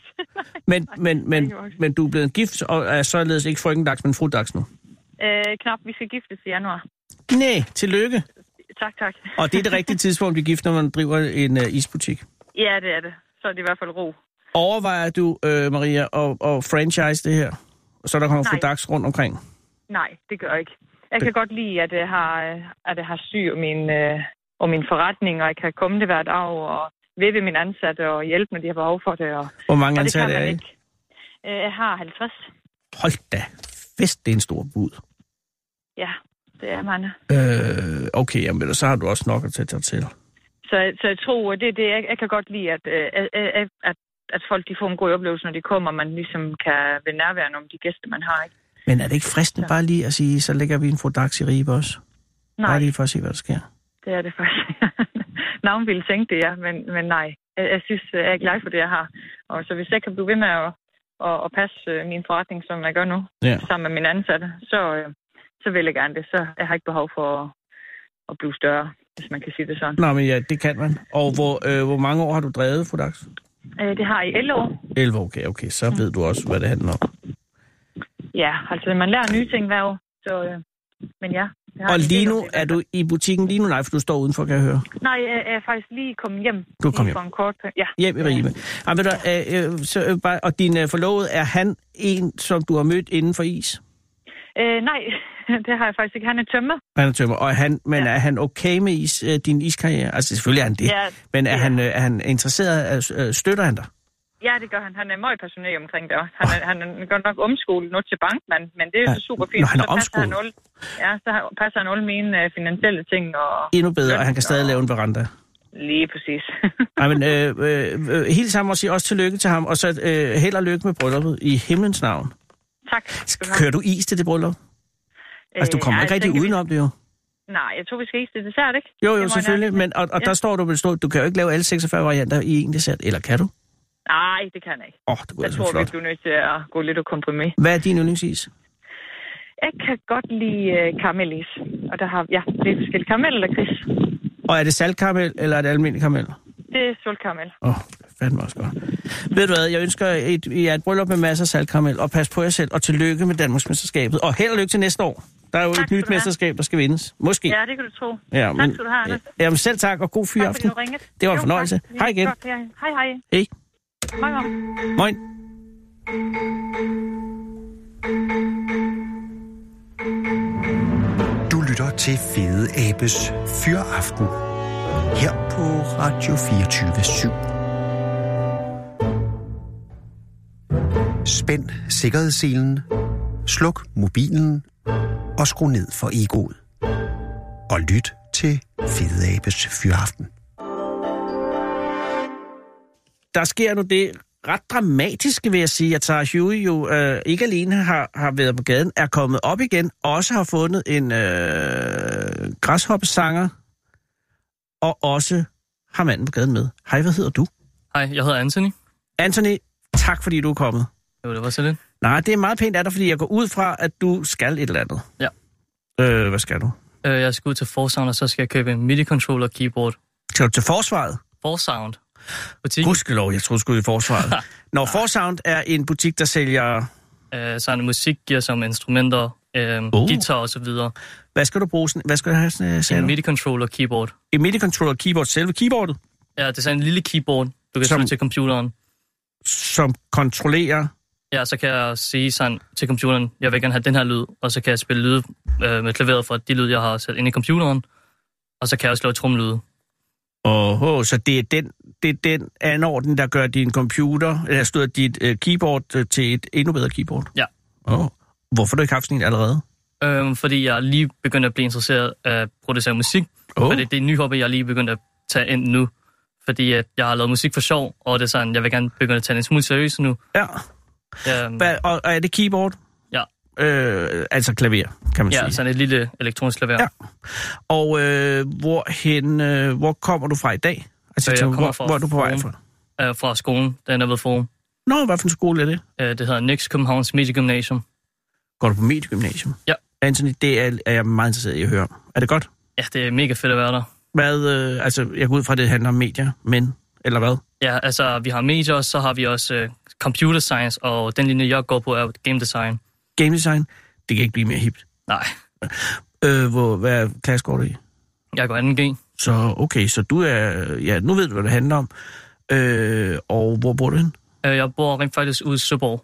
Men du er blevet gift, og er således ikke frøken Dax, men fru Dax nu? Knap. Vi skal giftes i januar. Nej, tillykke. Tak. Og det er det rigtige tidspunkt at blive gift, når man driver en isbutik? Ja, det er det. Så er det i hvert fald ro. Overvejer du, Maria, at franchise det her? Så der kommer fru Dax rundt omkring? Nej, det gør jeg ikke. Jeg kan godt lide, at jeg har styr om min forretning, og jeg kan komme det hver dag og ved mine ansatte og hjælpe, når de har behov for det. Hvor mange ansatte er I? Jeg har 50. Hold da. Fest, det er en stor bud. Ja, det er mange. Okay, jamen, så har du også nok at tage dig til. Så jeg tror, jeg kan godt lide, at folk de får en god oplevelse, når de kommer, og man ligesom kan være nærværende om de gæster, man har, ikke? Men er det ikke fristende bare lige at sige, så lægger vi en fru Dax i Ribe også? Nej. Bare lige for at se, hvad der sker. Det er det faktisk. Navn ville tænke det, ja, men nej. Jeg synes, jeg er glad for det, jeg har. Og så hvis jeg kan blive ved med at passe min forretning, som jeg gør nu, sammen med mine ansatte, så vil jeg gerne det. Så jeg har ikke behov for at blive større, hvis man kan sige det sådan. Nå, men ja, det kan man. Og hvor mange år har du drevet, fru Dax? Det har jeg i 11 år. 11 år, okay. Så ved du også, hvad det handler om. Ja, altså man lærer nye ting hver år, så... Men ja. Og lige nu, er du i butikken lige nu? Nej, for du står udenfor, kan jeg høre. Nej, jeg er faktisk lige kommet hjem. Du kom hjem? For en kort... Ja. Hjem i Ribe. Ja. Og din forlovede, er han en, som du har mødt inden for is? Nej, det har jeg faktisk ikke. Han er tømmer. Han er tømmer. Og er han okay med din iskarriere? Altså selvfølgelig er han det. Ja, men er han interesseret? Støtter han dig? Ja, det gør han. Han er meget passioneret omkring det også. Han er godt nok omskolet nu til bankmand, men det er jo så super fint. Når han er omskolet? Så passer han alle mine finansielle ting. Og endnu bedre, og han kan stadig lave en veranda. Lige præcis. Nej, men helt sammen og sige også tillykke til ham, og så held og lykke med brylluppet i himlens navn. Tak. Kører du is til det bryllup? Altså, du kommer ikke rigtig udenom det jo. Nej, jeg tror, vi skal is til dessert, ikke? Jo, selvfølgelig. Men, og der står du kan jo ikke lave alle 46 varianter i en dessert, eller kan du? Nej, det kan jeg ikke. Det tror, vi bliver nødt til at gå lidt og kompromis. Hvad er din yndlingsis? Jeg kan godt lide karamellis. Og der har det er forskellige karamel eller kris. Og er det saltkaramel, eller er det almindelig karamel? Det er saltkaramel. Fandme også godt. Ved du hvad, jeg ønsker et bryllup med masser af saltkaramel, og pas på jer selv, og tillykke med Danmarksmesterskabet. Og held og lykke til næste år. Der er jo et nyt mesterskab, der skal vindes. Måske. Ja, det kan du tro. Ja, tak skal du have, Anders. Jamen selv tak, og god fyraften. Det var en fornøjelse. Hej igen. Hej. Hej. Moin. Du lytter til Fede Abes Fyraften her på Radio 24/7. Spænd sikkerhedsselen, sluk mobilen og skru ned for egoet. Og lyt til Fede Abes Fyraften. Der sker nu det ret dramatiske, vil jeg sige, at Sarah Huey jo ikke alene har været på gaden, er kommet op igen, også har fundet en græshoppesanger, og også har manden på gaden med. Hej, hvad hedder du? Hej, jeg hedder Anthony. Anthony, tak fordi du er kommet. Jo, det var så lidt. Nej, det er meget pænt af dig, fordi jeg går ud fra, at du skal et eller andet. Ja. Hvad skal du? Jeg skal ud til Forsound, og så skal jeg købe en MIDI-controller keyboard. Skal du til Forsvaret? Forsound. Gudskelov, jeg troede, du skulle i Forsvaret. Når Forsound er en butik, der sælger... sådan musikgear som instrumenter, guitar og så videre. Hvad skal du bruge? Hvad skal du have? En MIDI-controller keyboard. En MIDI-controller keyboard? Selve keyboardet? Ja, det er sådan en lille keyboard, du kan sætte til computeren. Som kontrollerer? Ja, så kan jeg sige sådan til computeren, jeg vil gerne have den her lyd, og så kan jeg spille lyd med klaveret fra de lyd, jeg har sat ind i computeren, og så kan jeg også lave tromlyde. Så det er den anordning, der gør din computer, eller stod dit keyboard til et endnu bedre keyboard? Ja. Hvorfor har du ikke haft sådan en allerede? Fordi jeg lige begyndt at blive interesseret at producere musik. Fordi det er en ny hobby, jeg lige begyndt at tage ind nu. Fordi at jeg har lavet musik for sjov, og det er sådan, jeg vil gerne begynde at tage en smule seriøst nu. Ja. Og er det keyboard? Ja. Altså klaver, kan man sige. Ja, sådan et lille elektronisk klaver. Ja. Og hvor kommer du fra i dag? Altså, jeg kommer fra hvor er du på vej fra? Fra skolen, den er ved Forum. Nå, hvad for en skole er det? Det hedder NEX Københavns Mediegymnasium. Går du på Mediegymnasium? Ja. Anthony, det er jeg meget interesseret i at høre om. Er det godt? Ja, det er mega fedt at være der. Altså, jeg går ud fra, at det handler om medier, men, eller hvad? Ja, altså, vi har medier, og så har vi også computer science, og den linje, jeg går på, er game design. Game design? Det kan ikke blive mere hipt. Nej. Hvad klasse går du i? Jeg går 2G. Så okay, så du er... Ja, nu ved du, hvad det handler om. Og hvor bor du henne? Jeg bor rent faktisk ude i Søborg.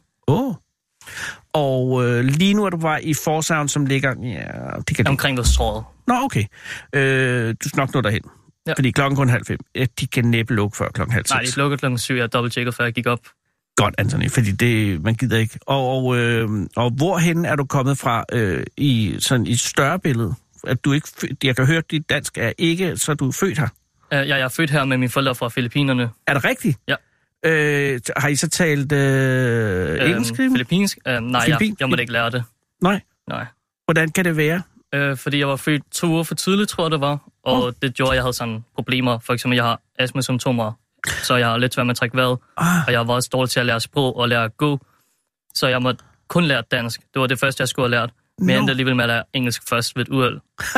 Og lige nu er du bare i Forsound, som ligger... Ja, det kan omkring Vestrådet. Nå, okay. Du skal nok nå derhen. Ja. Fordi klokken kun 4:30. De kan næppe lukke før klokken 5:30. Nej, de lukker klokken 7. Jeg dobbelttjekkede, før jeg gik op. Godt, Anthony, fordi man gider ikke. Og hvorhen er du kommet fra i sådan et større billede? At du ikke... Jeg kan høre, at dit dansk er ikke, så du er født her. Jeg er født her med mine forældre fra Filippinerne. Er det rigtigt? Ja. Har I så talt engelsk? Filippinsk? Nej, jeg måtte ikke lære det. Nej? Nej. Hvordan kan det være? Fordi jeg var født 2 uger for tidligt, tror jeg det var. Og det gjorde, at jeg havde sådan problemer. For eksempel, jeg har astma-symptomer, så jeg har lidt svært med at trække vejret. Og jeg var også dårlig til at lære sprog og lære at gå. Så jeg måtte kun lære dansk. Det var det første, jeg skulle have lært. Men jeg endte alligevel med at lære engelsk først ved et uheld.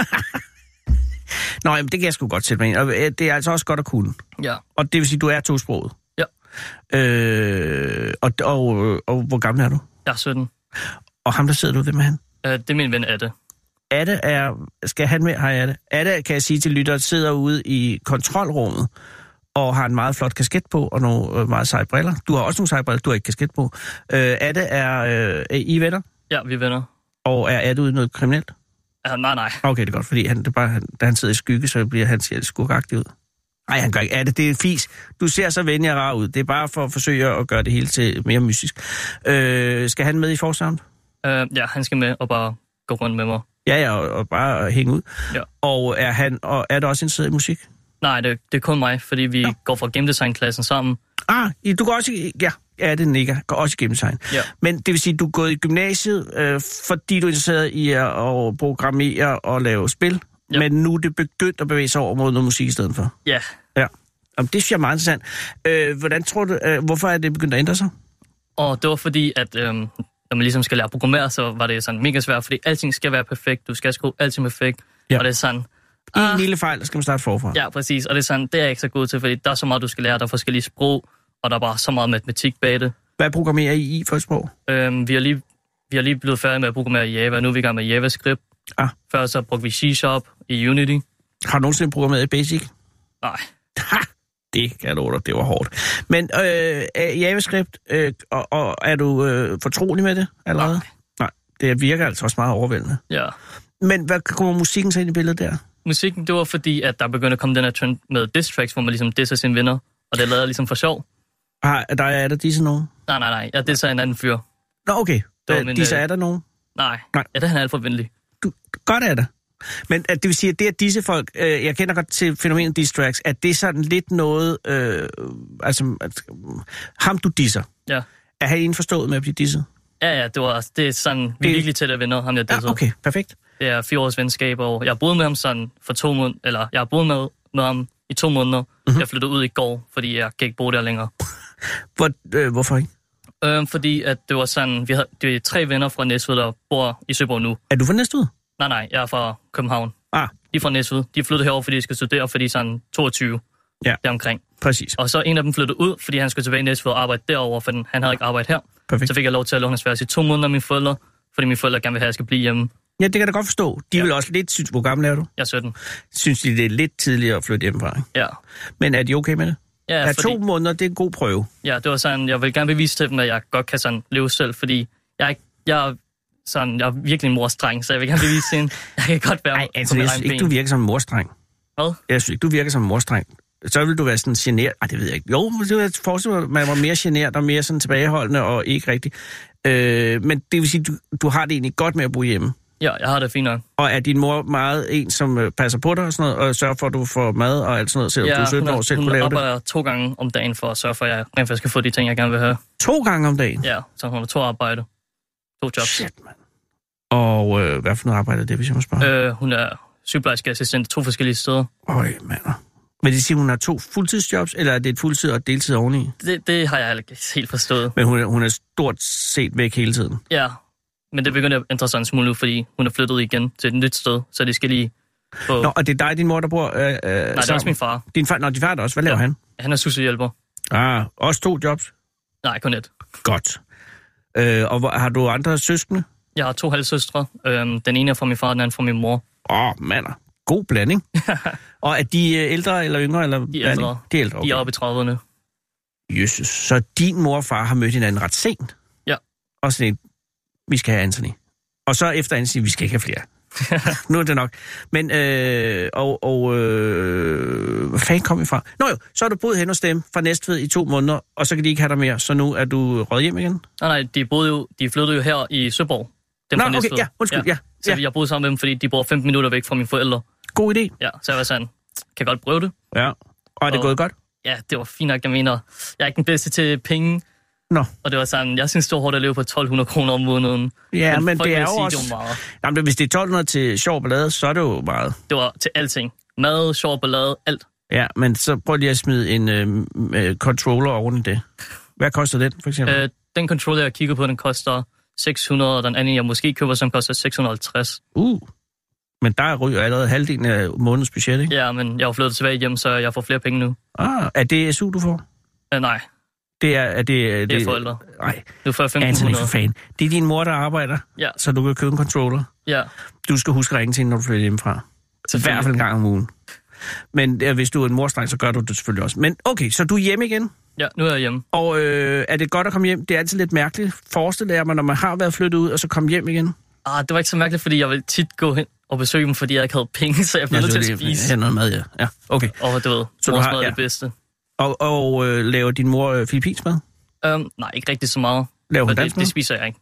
Nå, jamen, det kan jeg sgu godt sætte mig ind. Og det er altså også godt at kunne. Ja. Og det vil sige, at du er tosproget? Ja. Og hvor gammel er du? Jeg er 17. Og ham, der sidder du, hvem er han? Det er min ven Adde. Adde er... Skal han med? Hej, Adde. Adde, kan jeg sige til lytteren, sidder ude i kontrolrummet og har en meget flot kasket på og nogle meget seje briller. Du har også nogle seje briller, du har ikke kasket på. Adde, er I venner? Ja, vi er venner. Og er Adde ude noget kriminelt? Nej. Okay, det er godt, fordi da han sidder i skygge, så bliver han skurkagtig ud. Nej, han gør ikke. Adde, det er fis. Du ser så venlig og rar ud. Det er bare for at forsøge at gøre det hele til mere mystisk. Skal han med i Forsound? Ja, han skal med og bare gå rundt med mig. Ja, og bare hænge ud. Ja. Og er der også interesseret i musik? Nej, det er kun mig, fordi vi går fra game design-klassen sammen. Du går også ja, det nikker. Går også i game design. Ja. Men det vil sige, at du er gået i gymnasiet, fordi du er interesseret i at programmere og lave spil. Ja. Men nu er det begyndt at bevæge sig over mod noget musik i stedet for. Ja. Ja. Jamen, det synes jeg er meget interessant. Hvordan tror du, hvorfor er det begyndt at ændre sig? Og det var fordi, at når man ligesom skal lære at programmere, så var det sådan mega svært, fordi alting skal være perfekt. Du skal skrive alting perfekt. Ja. Og det er sådan... En lille fejl, der skal man starte forfra. Ja, præcis. Og det er sådan, det er jeg ikke så god til, fordi der er så meget, du skal lære. Der er forskellige sprog, og der er bare så meget matematik bag det. Hvad programmerer I for et sprog? Vi har lige blevet færdige med at programmere i Java. Nu er vi i gang med JavaScript. Før så brugte vi C# i Unity. Har du nogensinde programmeret i Basic? Nej. Det kan du, det var hårdt. Men JavaScript, og er du fortrolig med det allerede? Nej. Det virker altså også meget overvældende. Ja. Men hvad kommer musikken så ind i billedet der? Musikken, det var fordi, at der begyndte at komme den her trend med diss tracks, hvor man ligesom disser sine venner, og det lavede ligesom for sjov. Er der disse nogen? Nej. Jeg disser en anden fyr. Nå, okay. Disse er der nogen? Nej. Ja, det han er alt for venlig. Godt er det. Men det vil sige, at det er disse folk, jeg kender godt til fænomenet diss tracks, at det er sådan lidt noget, ham du disser. Ja. Er han indforstået med at blive disset? Ja, det er sådan, vi er virkelig tætte venner, ham jeg disser. Ja, okay, perfekt. Det er 4 års venskab, og jeg har boet med ham sådan for 2 måneder, eller jeg har boet med ham i 2 måneder. Mm-hmm. Jeg flyttede ud i går, fordi jeg kan ikke bo der længere. Hvorfor ikke? Fordi at det var sådan, det er 3 venner fra Næstved, der bor i Søborg nu. Er du fra Næstved? Nej, jeg er fra København. De er fra Næstved. De er flyttet herover, fordi de skal studere, fordi sådan 22 deromkring. Præcis. Og så en af dem flyttede ud, fordi han skulle tilbage i Næstved og arbejde derovre, for han havde ikke arbejdet her. Perfekt. Så fik jeg lov til at låne hans værelse i 2 måneder af mine forældre, fordi mine forældre gerne vil have, at jeg skal blive hjemme. Ja, det kan jeg da godt forstå. De vil også lidt synes, hvor gammel er du? Jeg er 17. Synes de, det er lidt tidligere at flytte hjemmefra, ikke? Ja. Men er de okay med det? Ja, 2 måneder, det er en god prøve. Ja, det var sådan, jeg vil gerne bevise til dem, at jeg godt kan sådan leve selv, fordi jeg er virkelig en morstreng, så jeg vil gerne bevise til hende, jeg kan godt være jeg synes ikke, du virker som en morstreng. Hvad? Jeg synes ikke, du virker som en morstreng. så vil du være sådan genert. Det ved jeg ikke. Jo, det vil forestille mig, at man var mere genert og mere sådan tilbageholdende og ikke rigtig. Men det vil sige, du har det egentlig godt med at bo hjemme. Ja, jeg har det fint nok. Og er din mor meget en, som passer på dig og sådan noget, og sørger for, at du får mad og alt sådan noget, selvom du er 17 år selv kunne lave det? Hun arbejder 2 gange om dagen for at sørge for, at jeg rent faktisk skal få de ting, jeg gerne vil have. 2 gange om dagen? Ja, så hun har 2 arbejde. 2 jobs. Shit, mand. Og hvad for noget arbejde er det, hvis jeg må spørge? Hun er sygeplejerske assistent 2 forskellige steder. Øj, mand. Men det siger, hun har 2 fuldtidsjobs, eller er det et fuldtid og et deltid oveni? Det har jeg ikke helt forstået. Men hun er stort set væk hele tiden? Ja, men det begynder at ændre sig en smule nu, fordi hun er flyttet igen til et nyt sted, så det skal lige få... Nå, og det er dig, din mor, der bor Nej, det er også min far. Din far er der også. Hvad laver han? Han er sosu-hjælper. Også 2 jobs? Nej, kun 1. Godt. Og har du andre søskende? Jeg har 2 halvsøstre. Den ene er fra min far, den anden fra min mor. Mander. God blanding. Og er de ældre eller yngre? Eller de er ældre. De er ældre, okay. De er oppe i 30'erne. Jesus. Så din mor og far har mødt hinanden ret sent? Ja. Og sådan vi skal have Anthony. Og så efter Anthony, vi skal ikke have flere. Nu er det nok. Men, hvad fanden kom I fra? Nå jo, så har du boet hen hos dem fra Næstved i 2 måneder, og så kan de ikke have dig mere, så nu er du røget hjem igen? Nej, de flyttede jo her i Søborg. Dem fra Næstved. Ja, undskyld, ja. Så jeg boede sammen med dem, fordi de bor 15 minutter væk fra mine forældre. God idé. Ja, så jeg var sådan, kan godt prøve det. Ja, og er det gået godt? Ja, det var fint nok, jeg mener. Jeg er ikke den bedste til penge. Nå. Og det var sådan, jeg synes, det var hårdt at leve på 1.200 kroner om måneden. Ja, men det er jo sige, også... det var meget. Jamen, hvis det er 1.200 til sjov ballade, så er det jo meget. Det var til alting. Mad, sjov ballade, alt. Ja, men så prøv lige at smide en controller oven i det. Hvad koster den, for eksempel? Den controller, jeg kigger på, den koster 600, og den anden, jeg måske køber, som koster 650. Men der ryger allerede halvdelen af månedens budget, ikke? Ja, men jeg har flyttet tilbage hjem, så jeg får flere penge nu. Er det SU, du får? Nej. Det er forældre. Nej. Du får 1.500. Anthony, for fan. Det er din mor, der arbejder, så du kan købe en controller. Ja. Du skal huske at ringe til hende, når du flytter hjemmefra. I hvert fald en gang om ugen. Men hvis du er en morstreng, så gør du det selvfølgelig også. Men okay, så du er hjemme igen? Ja, nu er jeg hjemme. Og er det godt at komme hjem? Det er altid lidt mærkeligt. Forestil dig, når man har været flyttet ud, og så komme hjem igen. Det var ikke så mærkeligt, fordi jeg ville tit gå hen og besøge dem, fordi jeg ikke havde penge, så jeg blev nødt til at spise. Ja, noget mad, ja. Okay. Og du ved, så mors mad er det bedste. Og laver din mor filippinsk mad? Nej, ikke rigtig så meget. Laver hun dansk mad? Det spiser jeg ikke.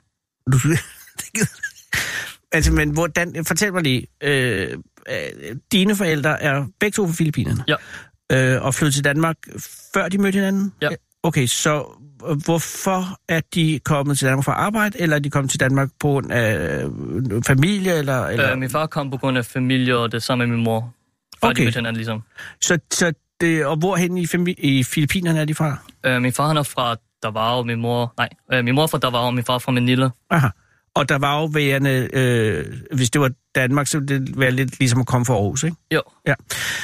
Altså, men hvordan... Fortæl mig lige. Dine forældre er begge 2 fra Filippinerne? Ja. Og flyttede til Danmark, før de mødte hinanden? Ja. Okay, så hvorfor er de kommet til Danmark for at arbejde, eller er de kommet til Danmark på grund af familie, eller? Min far kom på grund af familie, og det samme med min mor. Før de mødte hinanden, ligesom. Så det, og hvorhen i Filippinerne er de fra? Min far han er fra Davao, min mor er fra Davao, og min far er fra Manila. Aha. Og der var jo værende, hvis det var Danmark, så ville det være lidt ligesom at komme fra Aarhus, ikke? Jo. Ja.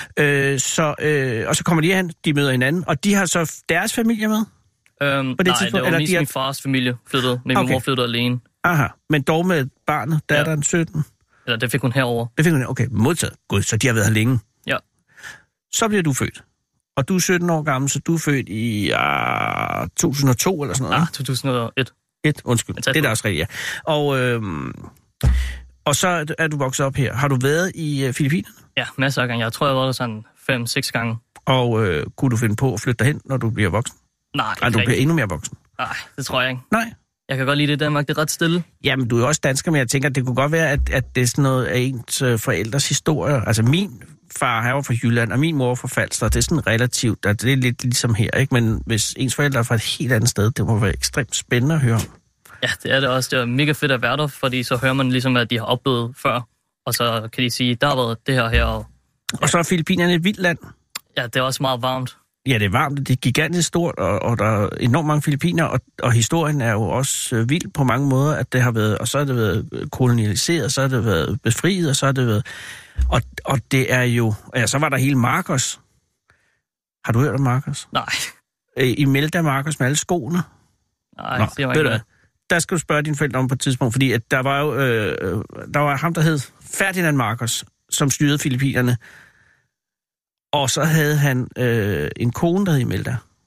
Og så kommer de hen, de møder hinanden, og de har så deres familie med? Nej, det var mest min fars familie flyttede, men min mor flyttede alene. Aha, men dog med barnet, der er der en 17? Eller det fik hun herover. Det fik hun, okay, modtaget. Gud, så de har været her længe. Ja. Så bliver du født. Og du er 17 år gammel, så du er født i 2002 eller sådan noget? 2001. Undskyld. Det er da også rigtigt, ja. Og så er du vokset op her. Har du været i Filippinerne? Ja, masser af gange. Jeg tror, jeg har været der sådan 5-6 gange. Og kunne du finde på at flytte derhen, når du bliver voksen? Nej, ikke du bliver endnu mere voksen? Nej, det tror jeg ikke. Nej? Jeg kan godt lide det i Danmark, det er ret stille. Jamen, du er også dansker, men jeg tænker, at det kunne godt være, at det er sådan noget af ens forældres historie. Altså, min far, han var fra Jylland, og min mor fra Falster. Det er sådan relativt, at det er lidt ligesom her, ikke? Men hvis ens forældre er fra et helt andet sted, det må være ekstremt spændende at høre om. Ja, det er det også. Det er mega fedt at være der, fordi så hører man ligesom, hvad de har oplevet før. Og så kan de sige, der har været det her. Og så er Filippinerne et vildt land. Ja, det er også meget varmt. Ja, det er varmt. Det er gigantisk stort, og der er enormt mange filippiner, og historien er jo også vild på mange måder, at det har været, og så har det været kolonialiseret, så har det været befriet, og så har det været... Og det er jo... Ja, så var der hele Marcos. Har du hørt om Marcos? Nej. Imelda Marcos med alle skoene? Nej, det var ikke. Der skal du spørge dine forældre om på et tidspunkt, fordi at der var jo der var ham, der hed Ferdinand Marcos, som styrede Filippinerne. Og så havde han en kone, der hed Imelda.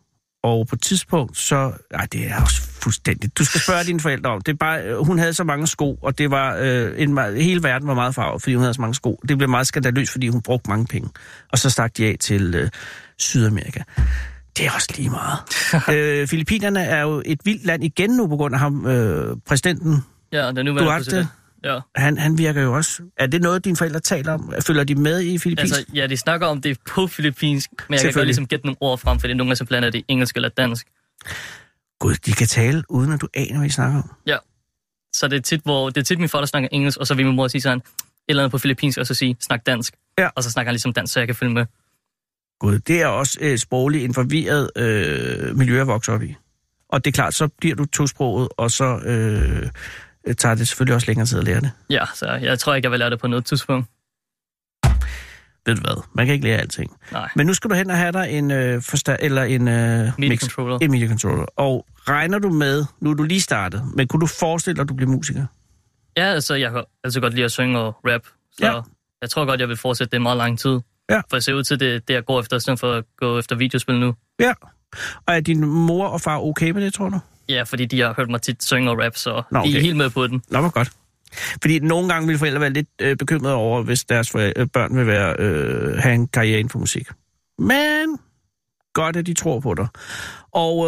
Og på et tidspunkt, så... Ej, det er også fuldstændigt. Du skal spørge dine forældre om. Det er bare, hun havde så mange sko, og det var... hele verden var meget farvet, fordi hun havde så mange sko. Det blev meget skandaløst, fordi hun brugte mange penge. Og så stak de af til Sydamerika. Det er også lige meget. Filippinerne er jo et vildt land igen nu, på grund af ham, præsidenten. Ja, den nuværende præsident. Ja. Han virker jo også... Er det noget, dine forældre taler om? Følger de med i filippinsk? Altså, ja, de snakker om det på filippinsk, men jeg kan godt ligesom gætte nogle ord frem, fordi nogle af så blander det engelsk eller dansk. Gud, de kan tale, uden at du aner, hvad de snakker om. Ja. Så det er tit min far, der snakker engelsk, og så vil min mor sige sådan, et eller andet på filippinsk, og så sige, snak dansk. Ja. Og så snakker han ligesom dansk, så jeg kan følge med. Gud, det er også sprogligt en forvirret miljø at vokse op i. Og det er klart, så bliver du tosproget, og så tager det selvfølgelig også længere tid at lære det. Ja, så jeg tror ikke, jeg vil lære det på noget tidspunkt. Ved du hvad? Man kan ikke lære alting. Nej. Men nu skal du hen og have dig en MIDI-controller. En MIDI-controller. Og regner du med, nu er du lige startet, men kunne du forestille dig, at du bliver musiker? Ja, altså jeg kan altid godt lide at synge og rap. Så jeg tror godt, jeg vil fortsætte det i meget lang tid. Ja. For jeg ser ud til det, jeg går efter, i stedet for at gå efter videospil nu. Ja. Og er din mor og far okay med det, tror du? Ja, fordi de har hørt mig tit synge og rap, så de er helt med på den. Nå, hvor godt. Fordi nogle gange vil forældre være lidt bekymrede over, hvis deres børn vil have en karriere inden for musik. Men godt, at de tror på dig. Og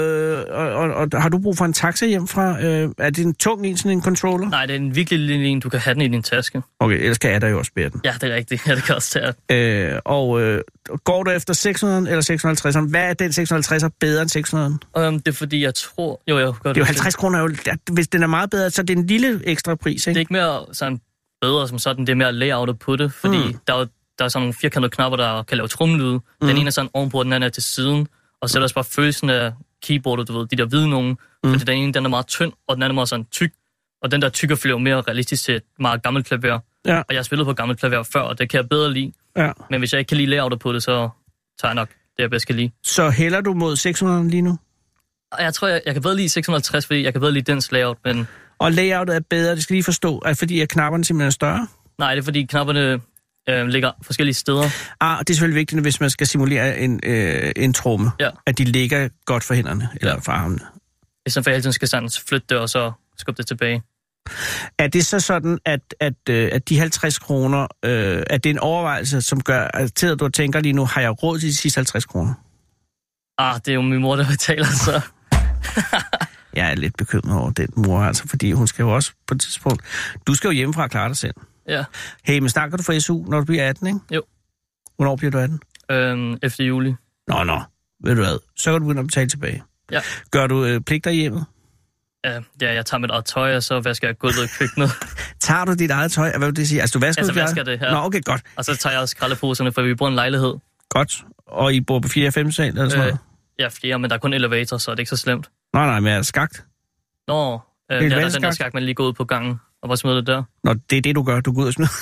har du brug for en taxa hjemmefra? Er det en tung en, sådan en controller? Nej, det er en virkelig lille en. Du kan have den i din taske. Okay, ellers kan jeg da jo også bære den. Ja, det er rigtigt. Ja, det kan også tage. Går du efter 600 eller 650? Hvad er den 650 bedre end 600? Det er fordi, jeg tror... Jo, jeg gør det. Det er jo 50 kroner. Hvis den er meget bedre, så er det en lille ekstra pris, ikke? Det er ikke mere sådan bedre som sådan. Det er mere layoutet på det, fordi der er sådan nogle firkantede knapper, der kan lave trommelyd. Den ene er sådan ovenpå, den anden er til siden. Og så er der også bare følelsen af keyboardet, du ved, de der hvide nogen. Fordi den ene, den er meget tynd, og den anden er meget sådan tyk. Og den der tykke følger mere realistisk til et meget gammelt klaver. Ja. Og jeg har spillet på gammelt klaver før, og det kan jeg bedre lide. Ja. Men hvis jeg ikke kan lide layoutet på det, så tager jeg nok det, jeg bedst kan lide. Så hælder du mod 600 lige nu? Jeg tror, jeg kan bedre lide 650, fordi jeg kan bedre lide dens layout, men... Og layoutet er bedre, det skal lige forstå. Er det fordi, at knapperne simpelthen er større? Nej, det er fordi, knapperne ligger forskellige steder. Det er selvfølgelig vigtigt, hvis man skal simulere en tromme, at de ligger godt for hænderne, eller for armene. I stedet for, at jeg hele tiden skal sådan flytte det, og så skubbe det tilbage. Er det så sådan, at de 50 kroner, er det en overvejelse, som gør, til at du tænker lige nu, har jeg råd til de sidste 50 kroner? Det er jo min mor, der betaler, så... Jeg er lidt bekymret over den mor, altså, fordi hun skal jo også på et tidspunkt... Du skal jo hjemmefra og klare dig selv. Ja. Hey, men snakker du for SU, når du bliver 18, ikke? Jo. Hvornår bliver du 18? Efter juli. Nå. Ved du hvad? Så kan du begynde at betale tilbage. Ja. Gør du pligter i hjemmet? Ja, jeg tager mit eget tøj, og så vasker jeg gulvet i køkkenet. Tager du dit eget tøj? Hvad vil det sige? Altså, du vasker det her. Nå, okay, godt. Og så tager jeg også skraldeposerne, for vi bor i en lejlighed. Godt. Og I bor på 4-5 sal eller sådan noget? Ja, 4, men der er kun elevator, så det er ikke så slemt. Nej, men er det skakt? Nå, der er den der skakt, man lige går ud på gangen og bare smider det der. Nå, det er det, du gør. Du går ud og smider.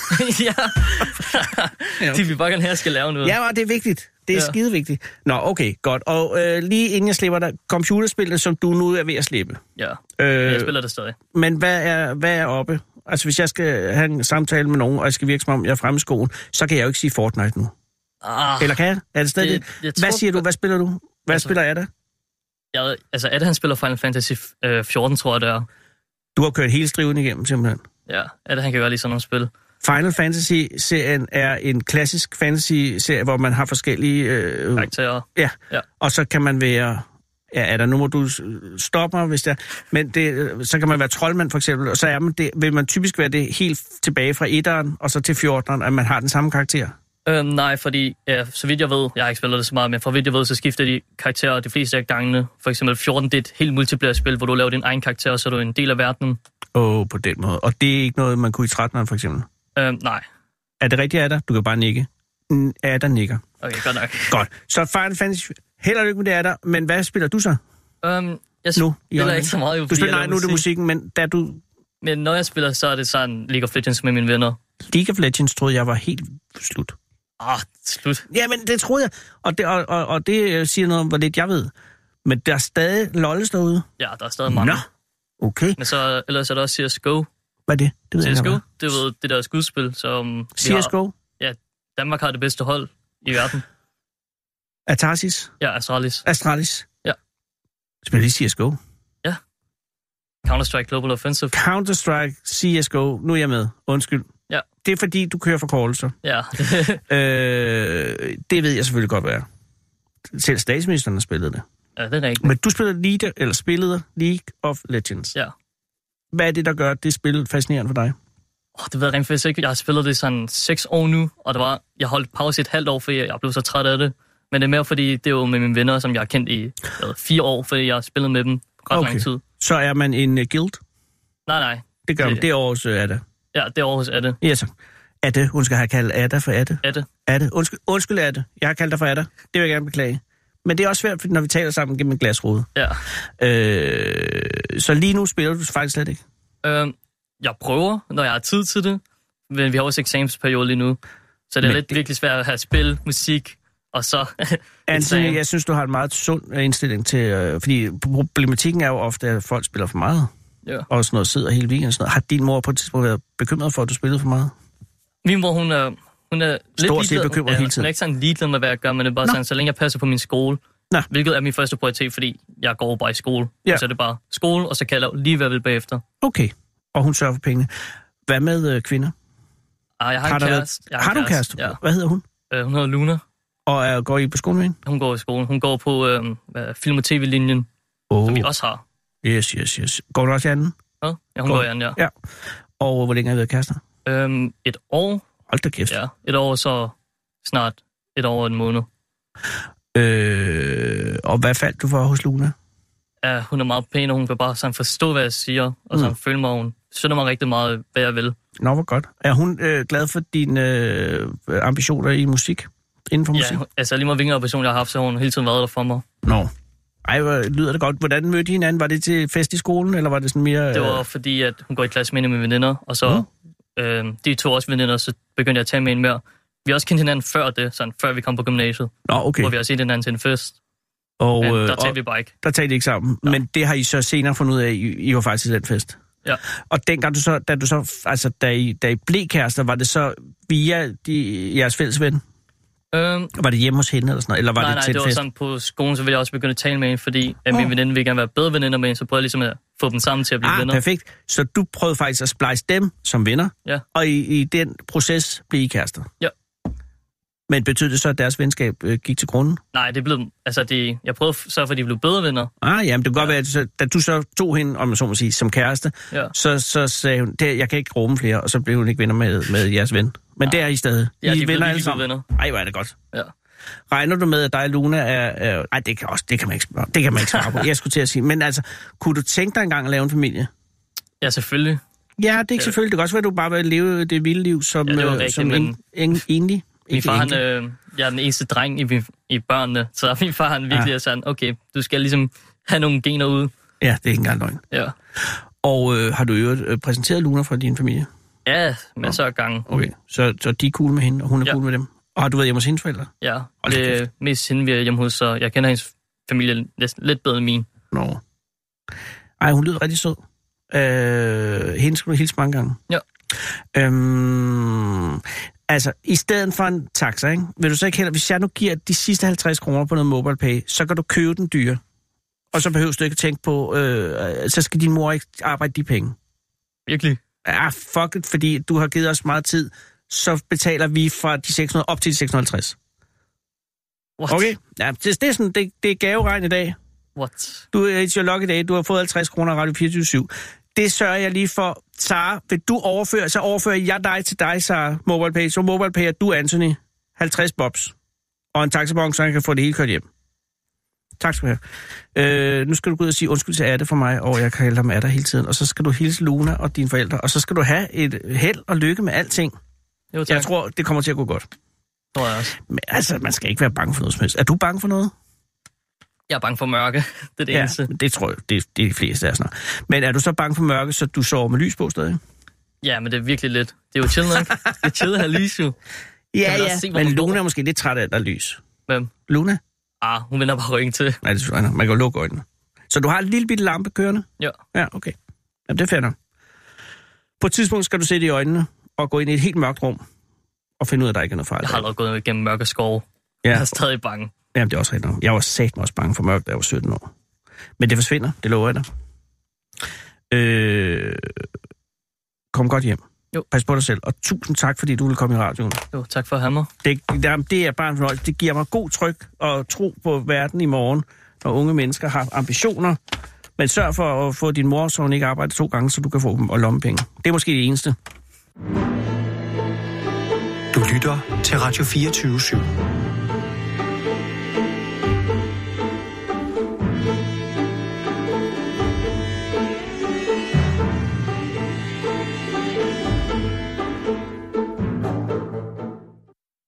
Ja, de vil bare gerne have, at jeg skal lave noget. Ja, det er vigtigt. Det er skide vigtigt. Nå, okay, godt. Og lige inden jeg slipper dig, computerspillet, som du nu er ved at slippe. Ja, jeg spiller det stadig. Men hvad er oppe? Altså, hvis jeg skal have en samtale med nogen, og jeg skal virke som om, jeg er fremme i skoen, så kan jeg jo ikke sige Fortnite nu. Eller kan jeg? Er det stadig Hvad siger du? Hvad spiller du? Hvad spiller Ada? Ada, han spiller Final Fantasy 14, tror jeg, det er. Du har kørt hele striven igennem, simpelthen? Ja, Ada, han kan godt lide sådan nogle spil. Final Fantasy-serien er en klassisk fantasy-serie, hvor man har forskellige... karakterer. Ja, og så kan man være... Ja, Ada, nu må du stoppe mig, hvis det er... Men så kan man være troldmand, for eksempel, og så vil man typisk være det helt tilbage fra 1'eren, og så til 14'eren, at man har den samme karakter. Nej, fordi så vidt jeg ved, jeg har ikke spillet det så meget, men for vidt jeg ved, så skifter de karakterer de fleste af gangene. For eksempel 14, det er et helt multiplayer-spil, hvor du laver din egen karakter, og så er du en del af verdenen. På den måde. Og det er ikke noget, man kunne i 13'eren, for eksempel? Nej. Er det rigtigt, Ada? Du kan bare nikke. Ada nikker. Okay, godt nok. Godt. Så Final Fantasy, held og lykke med det, Ada. Men hvad spiller du så? Jeg spiller ikke så meget. Du spiller nu er det musikken, men da du... Men når jeg spiller, så er det sådan League of Legends med mine venner. League of Legends troede jeg var helt slut. Slut. Jamen, det troede jeg. Og det siger noget om, hvor lidt jeg ved. Men der er stadig lolles derude. Ja, der er stadig mange. Nå, okay. Men så ellers er der også CSGO. Hvad er det? Det ved CSGO, jeg det er det der skudspil, som... CSGO? Ja, Danmark har det bedste hold i verden. Atarsis? Ja, Astralis. Astralis? Ja. Spiller I CSGO? Ja. Counter-Strike Global Offensive. Counter-Strike, CSGO, nu er jeg med. Undskyld. Ja. Det er fordi, du kører forkortelser. Ja. Det ved jeg selvfølgelig godt, hvad er. Selv statsministeren har spillet det. Ja, det er rigtigt. Men du spillede League of Legends. Ja. Hvad er det, der gør det spil fascinerende for dig? Det ved jeg rent faktisk ikke. Jeg har spillet det sådan 6 år nu, og jeg holdt pause et halvt år, fordi jeg blev så træt af det. Men det er mere, fordi det er jo med mine venner, som jeg har kendt i 4 år, fordi jeg har spillet med dem ret lang tid. Så er man en guild? Nej. Det gør man. Det er Aarhus Adda. Ja, det er Aarhus Adda. Ja, så. Adda. Hun skal have kaldt Adda for Adda. Adda. Undskyld Adda. Jeg har kaldt dig for Adda. Det vil jeg gerne beklage. Men det er også svært, når vi taler sammen gennem en glasrude. Ja. Så lige nu spiller du faktisk slet ikke? Jeg prøver, når jeg har tid til det. Men vi har også eksamensperiode lige nu. Så det er virkelig svært at have spil, musik, og så... Anthony, jeg synes, du har en meget sund indstilling til... fordi problematikken er jo ofte, at folk spiller for meget. Ja. Og sådan noget sidder hele weekenden. Sådan noget. Har din mor på et tidspunkt været bekymret for, at du spillede for meget? Min mor, hun er stort set bekymret hele tiden. Hun er ikke sådan ligeglad med, hvad jeg gør, men det er bare sådan, så længe jeg passer på min skole, hvilket er min første prioritet, fordi jeg går bare i skole. Ja. Så er det bare skole, og så kan jeg lave lige, hvad jeg vil bagefter. Okay, og hun sørger for pengene. Hvad med kvinder? Jeg har en kæreste. Har du en kæreste? Ja. Hvad hedder hun? Hun hedder Luna. Og går I på skolen med hende? Hun går i skolen. Hun går på film- og tv-linjen, som vi også har. Yes. Går du også i anden? Ja, hun går i anden, ja. Og hvor længe har I været kærester? 1 år. Hold da kæft. Ja, 1 år, så snart 1 år og 1 måned. Og hvad faldt du for hos Luna? Ja, hun er meget pæn, og hun kan bare sådan forstå, hvad jeg siger, og sådan føle mig, hun synes mig rigtig meget, hvad jeg vil. Nå, hvor godt. Er hun glad for dine ambitioner i musik? Inden for musik? Ja, altså lige meget hvilken ambition jeg har haft, så har hun hele tiden været der for mig. Nå. Ej, lyder det godt. Hvordan mødte I hinanden? Var det til fest i skolen, eller var det sådan mere... Det var fordi, at hun går i klasse med en af mine veninder, og så de 2 også veninder, så begyndte jeg at tage med en mere. Vi har også kendt hinanden før det, sådan før vi kom på gymnasiet. Nå, okay. Hvor vi har set hinanden til en fest. Og der talte vi bare ikke. Der talte I ikke sammen. Ja. Men det har I så senere fundet ud af, I var faktisk i den fest. Ja. Og dengang da I blev kærester, var det så via jeres fælles ven? Var det hjemme hos hende eller sådan noget? Eller var nej, det var sådan på skolen, så ville jeg også begynde at tale med hende, fordi min veninde ville gerne være bedre veninder med hende, så prøvede jeg ligesom at få dem sammen til at blive venner. Perfekt. Så du prøvede faktisk at splice dem som venner, og i den proces blev I kærester? Ja. Men betød det så, at deres venskab gik til grunden? Nej, det blev... Altså, jeg prøvede så, for de blev bedre venner. Jamen, det kan godt være, at da du så tog hende, om man så må sige, som kæreste, så sagde hun, jeg kan ikke rumme flere, og så blev hun ikke venner med jeres ven. Men det er I stadig. Ja, I de venner alle sammen. Venner. Ej, hvor er det godt. Ja. Regner du med, at dig og Luna er... Ej, det kan man ikke svare på. Jeg skulle til at sige. Men altså, kunne du tænke dig engang at lave en familie? Ja, selvfølgelig. Ja, det er ikke selvfølgelig. Det kan også være, at du bare vil leve det vilde liv som, enlig. Min far, jeg er den eneste dreng i børnene, så min far, han virkelig er sådan, okay, du skal ligesom have nogle gener ude. Ja, det er ikke engang løgn. Ja. Og har du jo præsenteret Luna fra din familie? Ja, masser af gange. Okay, så de er cool med hende, og hun er cool med dem? Og har du været hjemme hos hendes forældre? Ja, det er mest hende, vi er hjemme hos, så jeg kender hendes familie lidt bedre end min. Nå. Ej, hun lyder rigtig sød. Hende skulle du hilse mange gange. Ja. Altså, i stedet for en taxa, ikke? Vil du så ikke heller, hvis jeg nu giver de sidste 50 kroner på noget MobilePay, så kan du købe den dyre. Og så behøver du ikke tænke på, så skal din mor ikke arbejde de penge. Virkelig? Ja, fuck it, fordi du har givet os meget tid, så betaler vi fra de 600 op til de 650. What? Okay? Ja, det er sådan, det er gaveregn i dag. What? It's your lucky day, du har fået 50 kroner af Radio 24/7. Det sørger jeg lige for. Sara, vil du overføre, så overfører jeg dig til dig, Sara, MobilePay. Så MobilePay er du, Anthony, 50 bobs. Og en taxabon, så han kan få det hele kørt hjem. Tak skal du have. Nu skal du gå ud og sige undskyld til Adde for mig, og jeg kalder ham Adde hele tiden. Og så skal du hilse Luna og dine forældre. Og så skal du have et held og lykke med alting. Jo, tak. Jeg tror, det kommer til at gå godt. Tror jeg også. Men altså, man skal ikke være bange for noget som helst. Er du bange for noget? Jeg er bange for mørke. Det er det eneste. Det tror jeg, det er de fleste af sådan. Men er du så bange for mørke, så du sover med lys på stadig? Ja, men det er virkelig lidt. Det er jo chill nok. Det er chill at have lys jo. Ja, men Luna er måske lidt træt af, at der er lys. Hvem? Luna? Hun vender bare ryggen til. Nej, det er selvfølgelig. Man kan jo lukke øjnene. Så du har en lille bitte lampe kørende? Ja. Ja, okay. Jamen, det er fair nok. På et tidspunkt skal du sætte i øjnene og gå ind i et helt mørkt rum og finde ud af, at der ikke er noget farligt. Jeg har allerede gået igennem mørke skove. Ja. Jeg er stadig bange. Jamen, det er også rigtigt. Jeg var satme også bange for mørkt, da jeg var 17 år. Men det forsvinder, det lover jeg dig. Kom godt hjem. Jo. Pas på dig selv, og tusind tak, fordi du ville komme i radioen. Jo, tak for at have mig. Det er bare en fornøjelse. Det giver mig god tryk og tro på verden i morgen, når unge mennesker har ambitioner. Men sørg for at få din mor, så hun ikke arbejder 2 gange, så du kan få dem og lommepenge. Det er måske det eneste. Du lytter til Radio 24/7.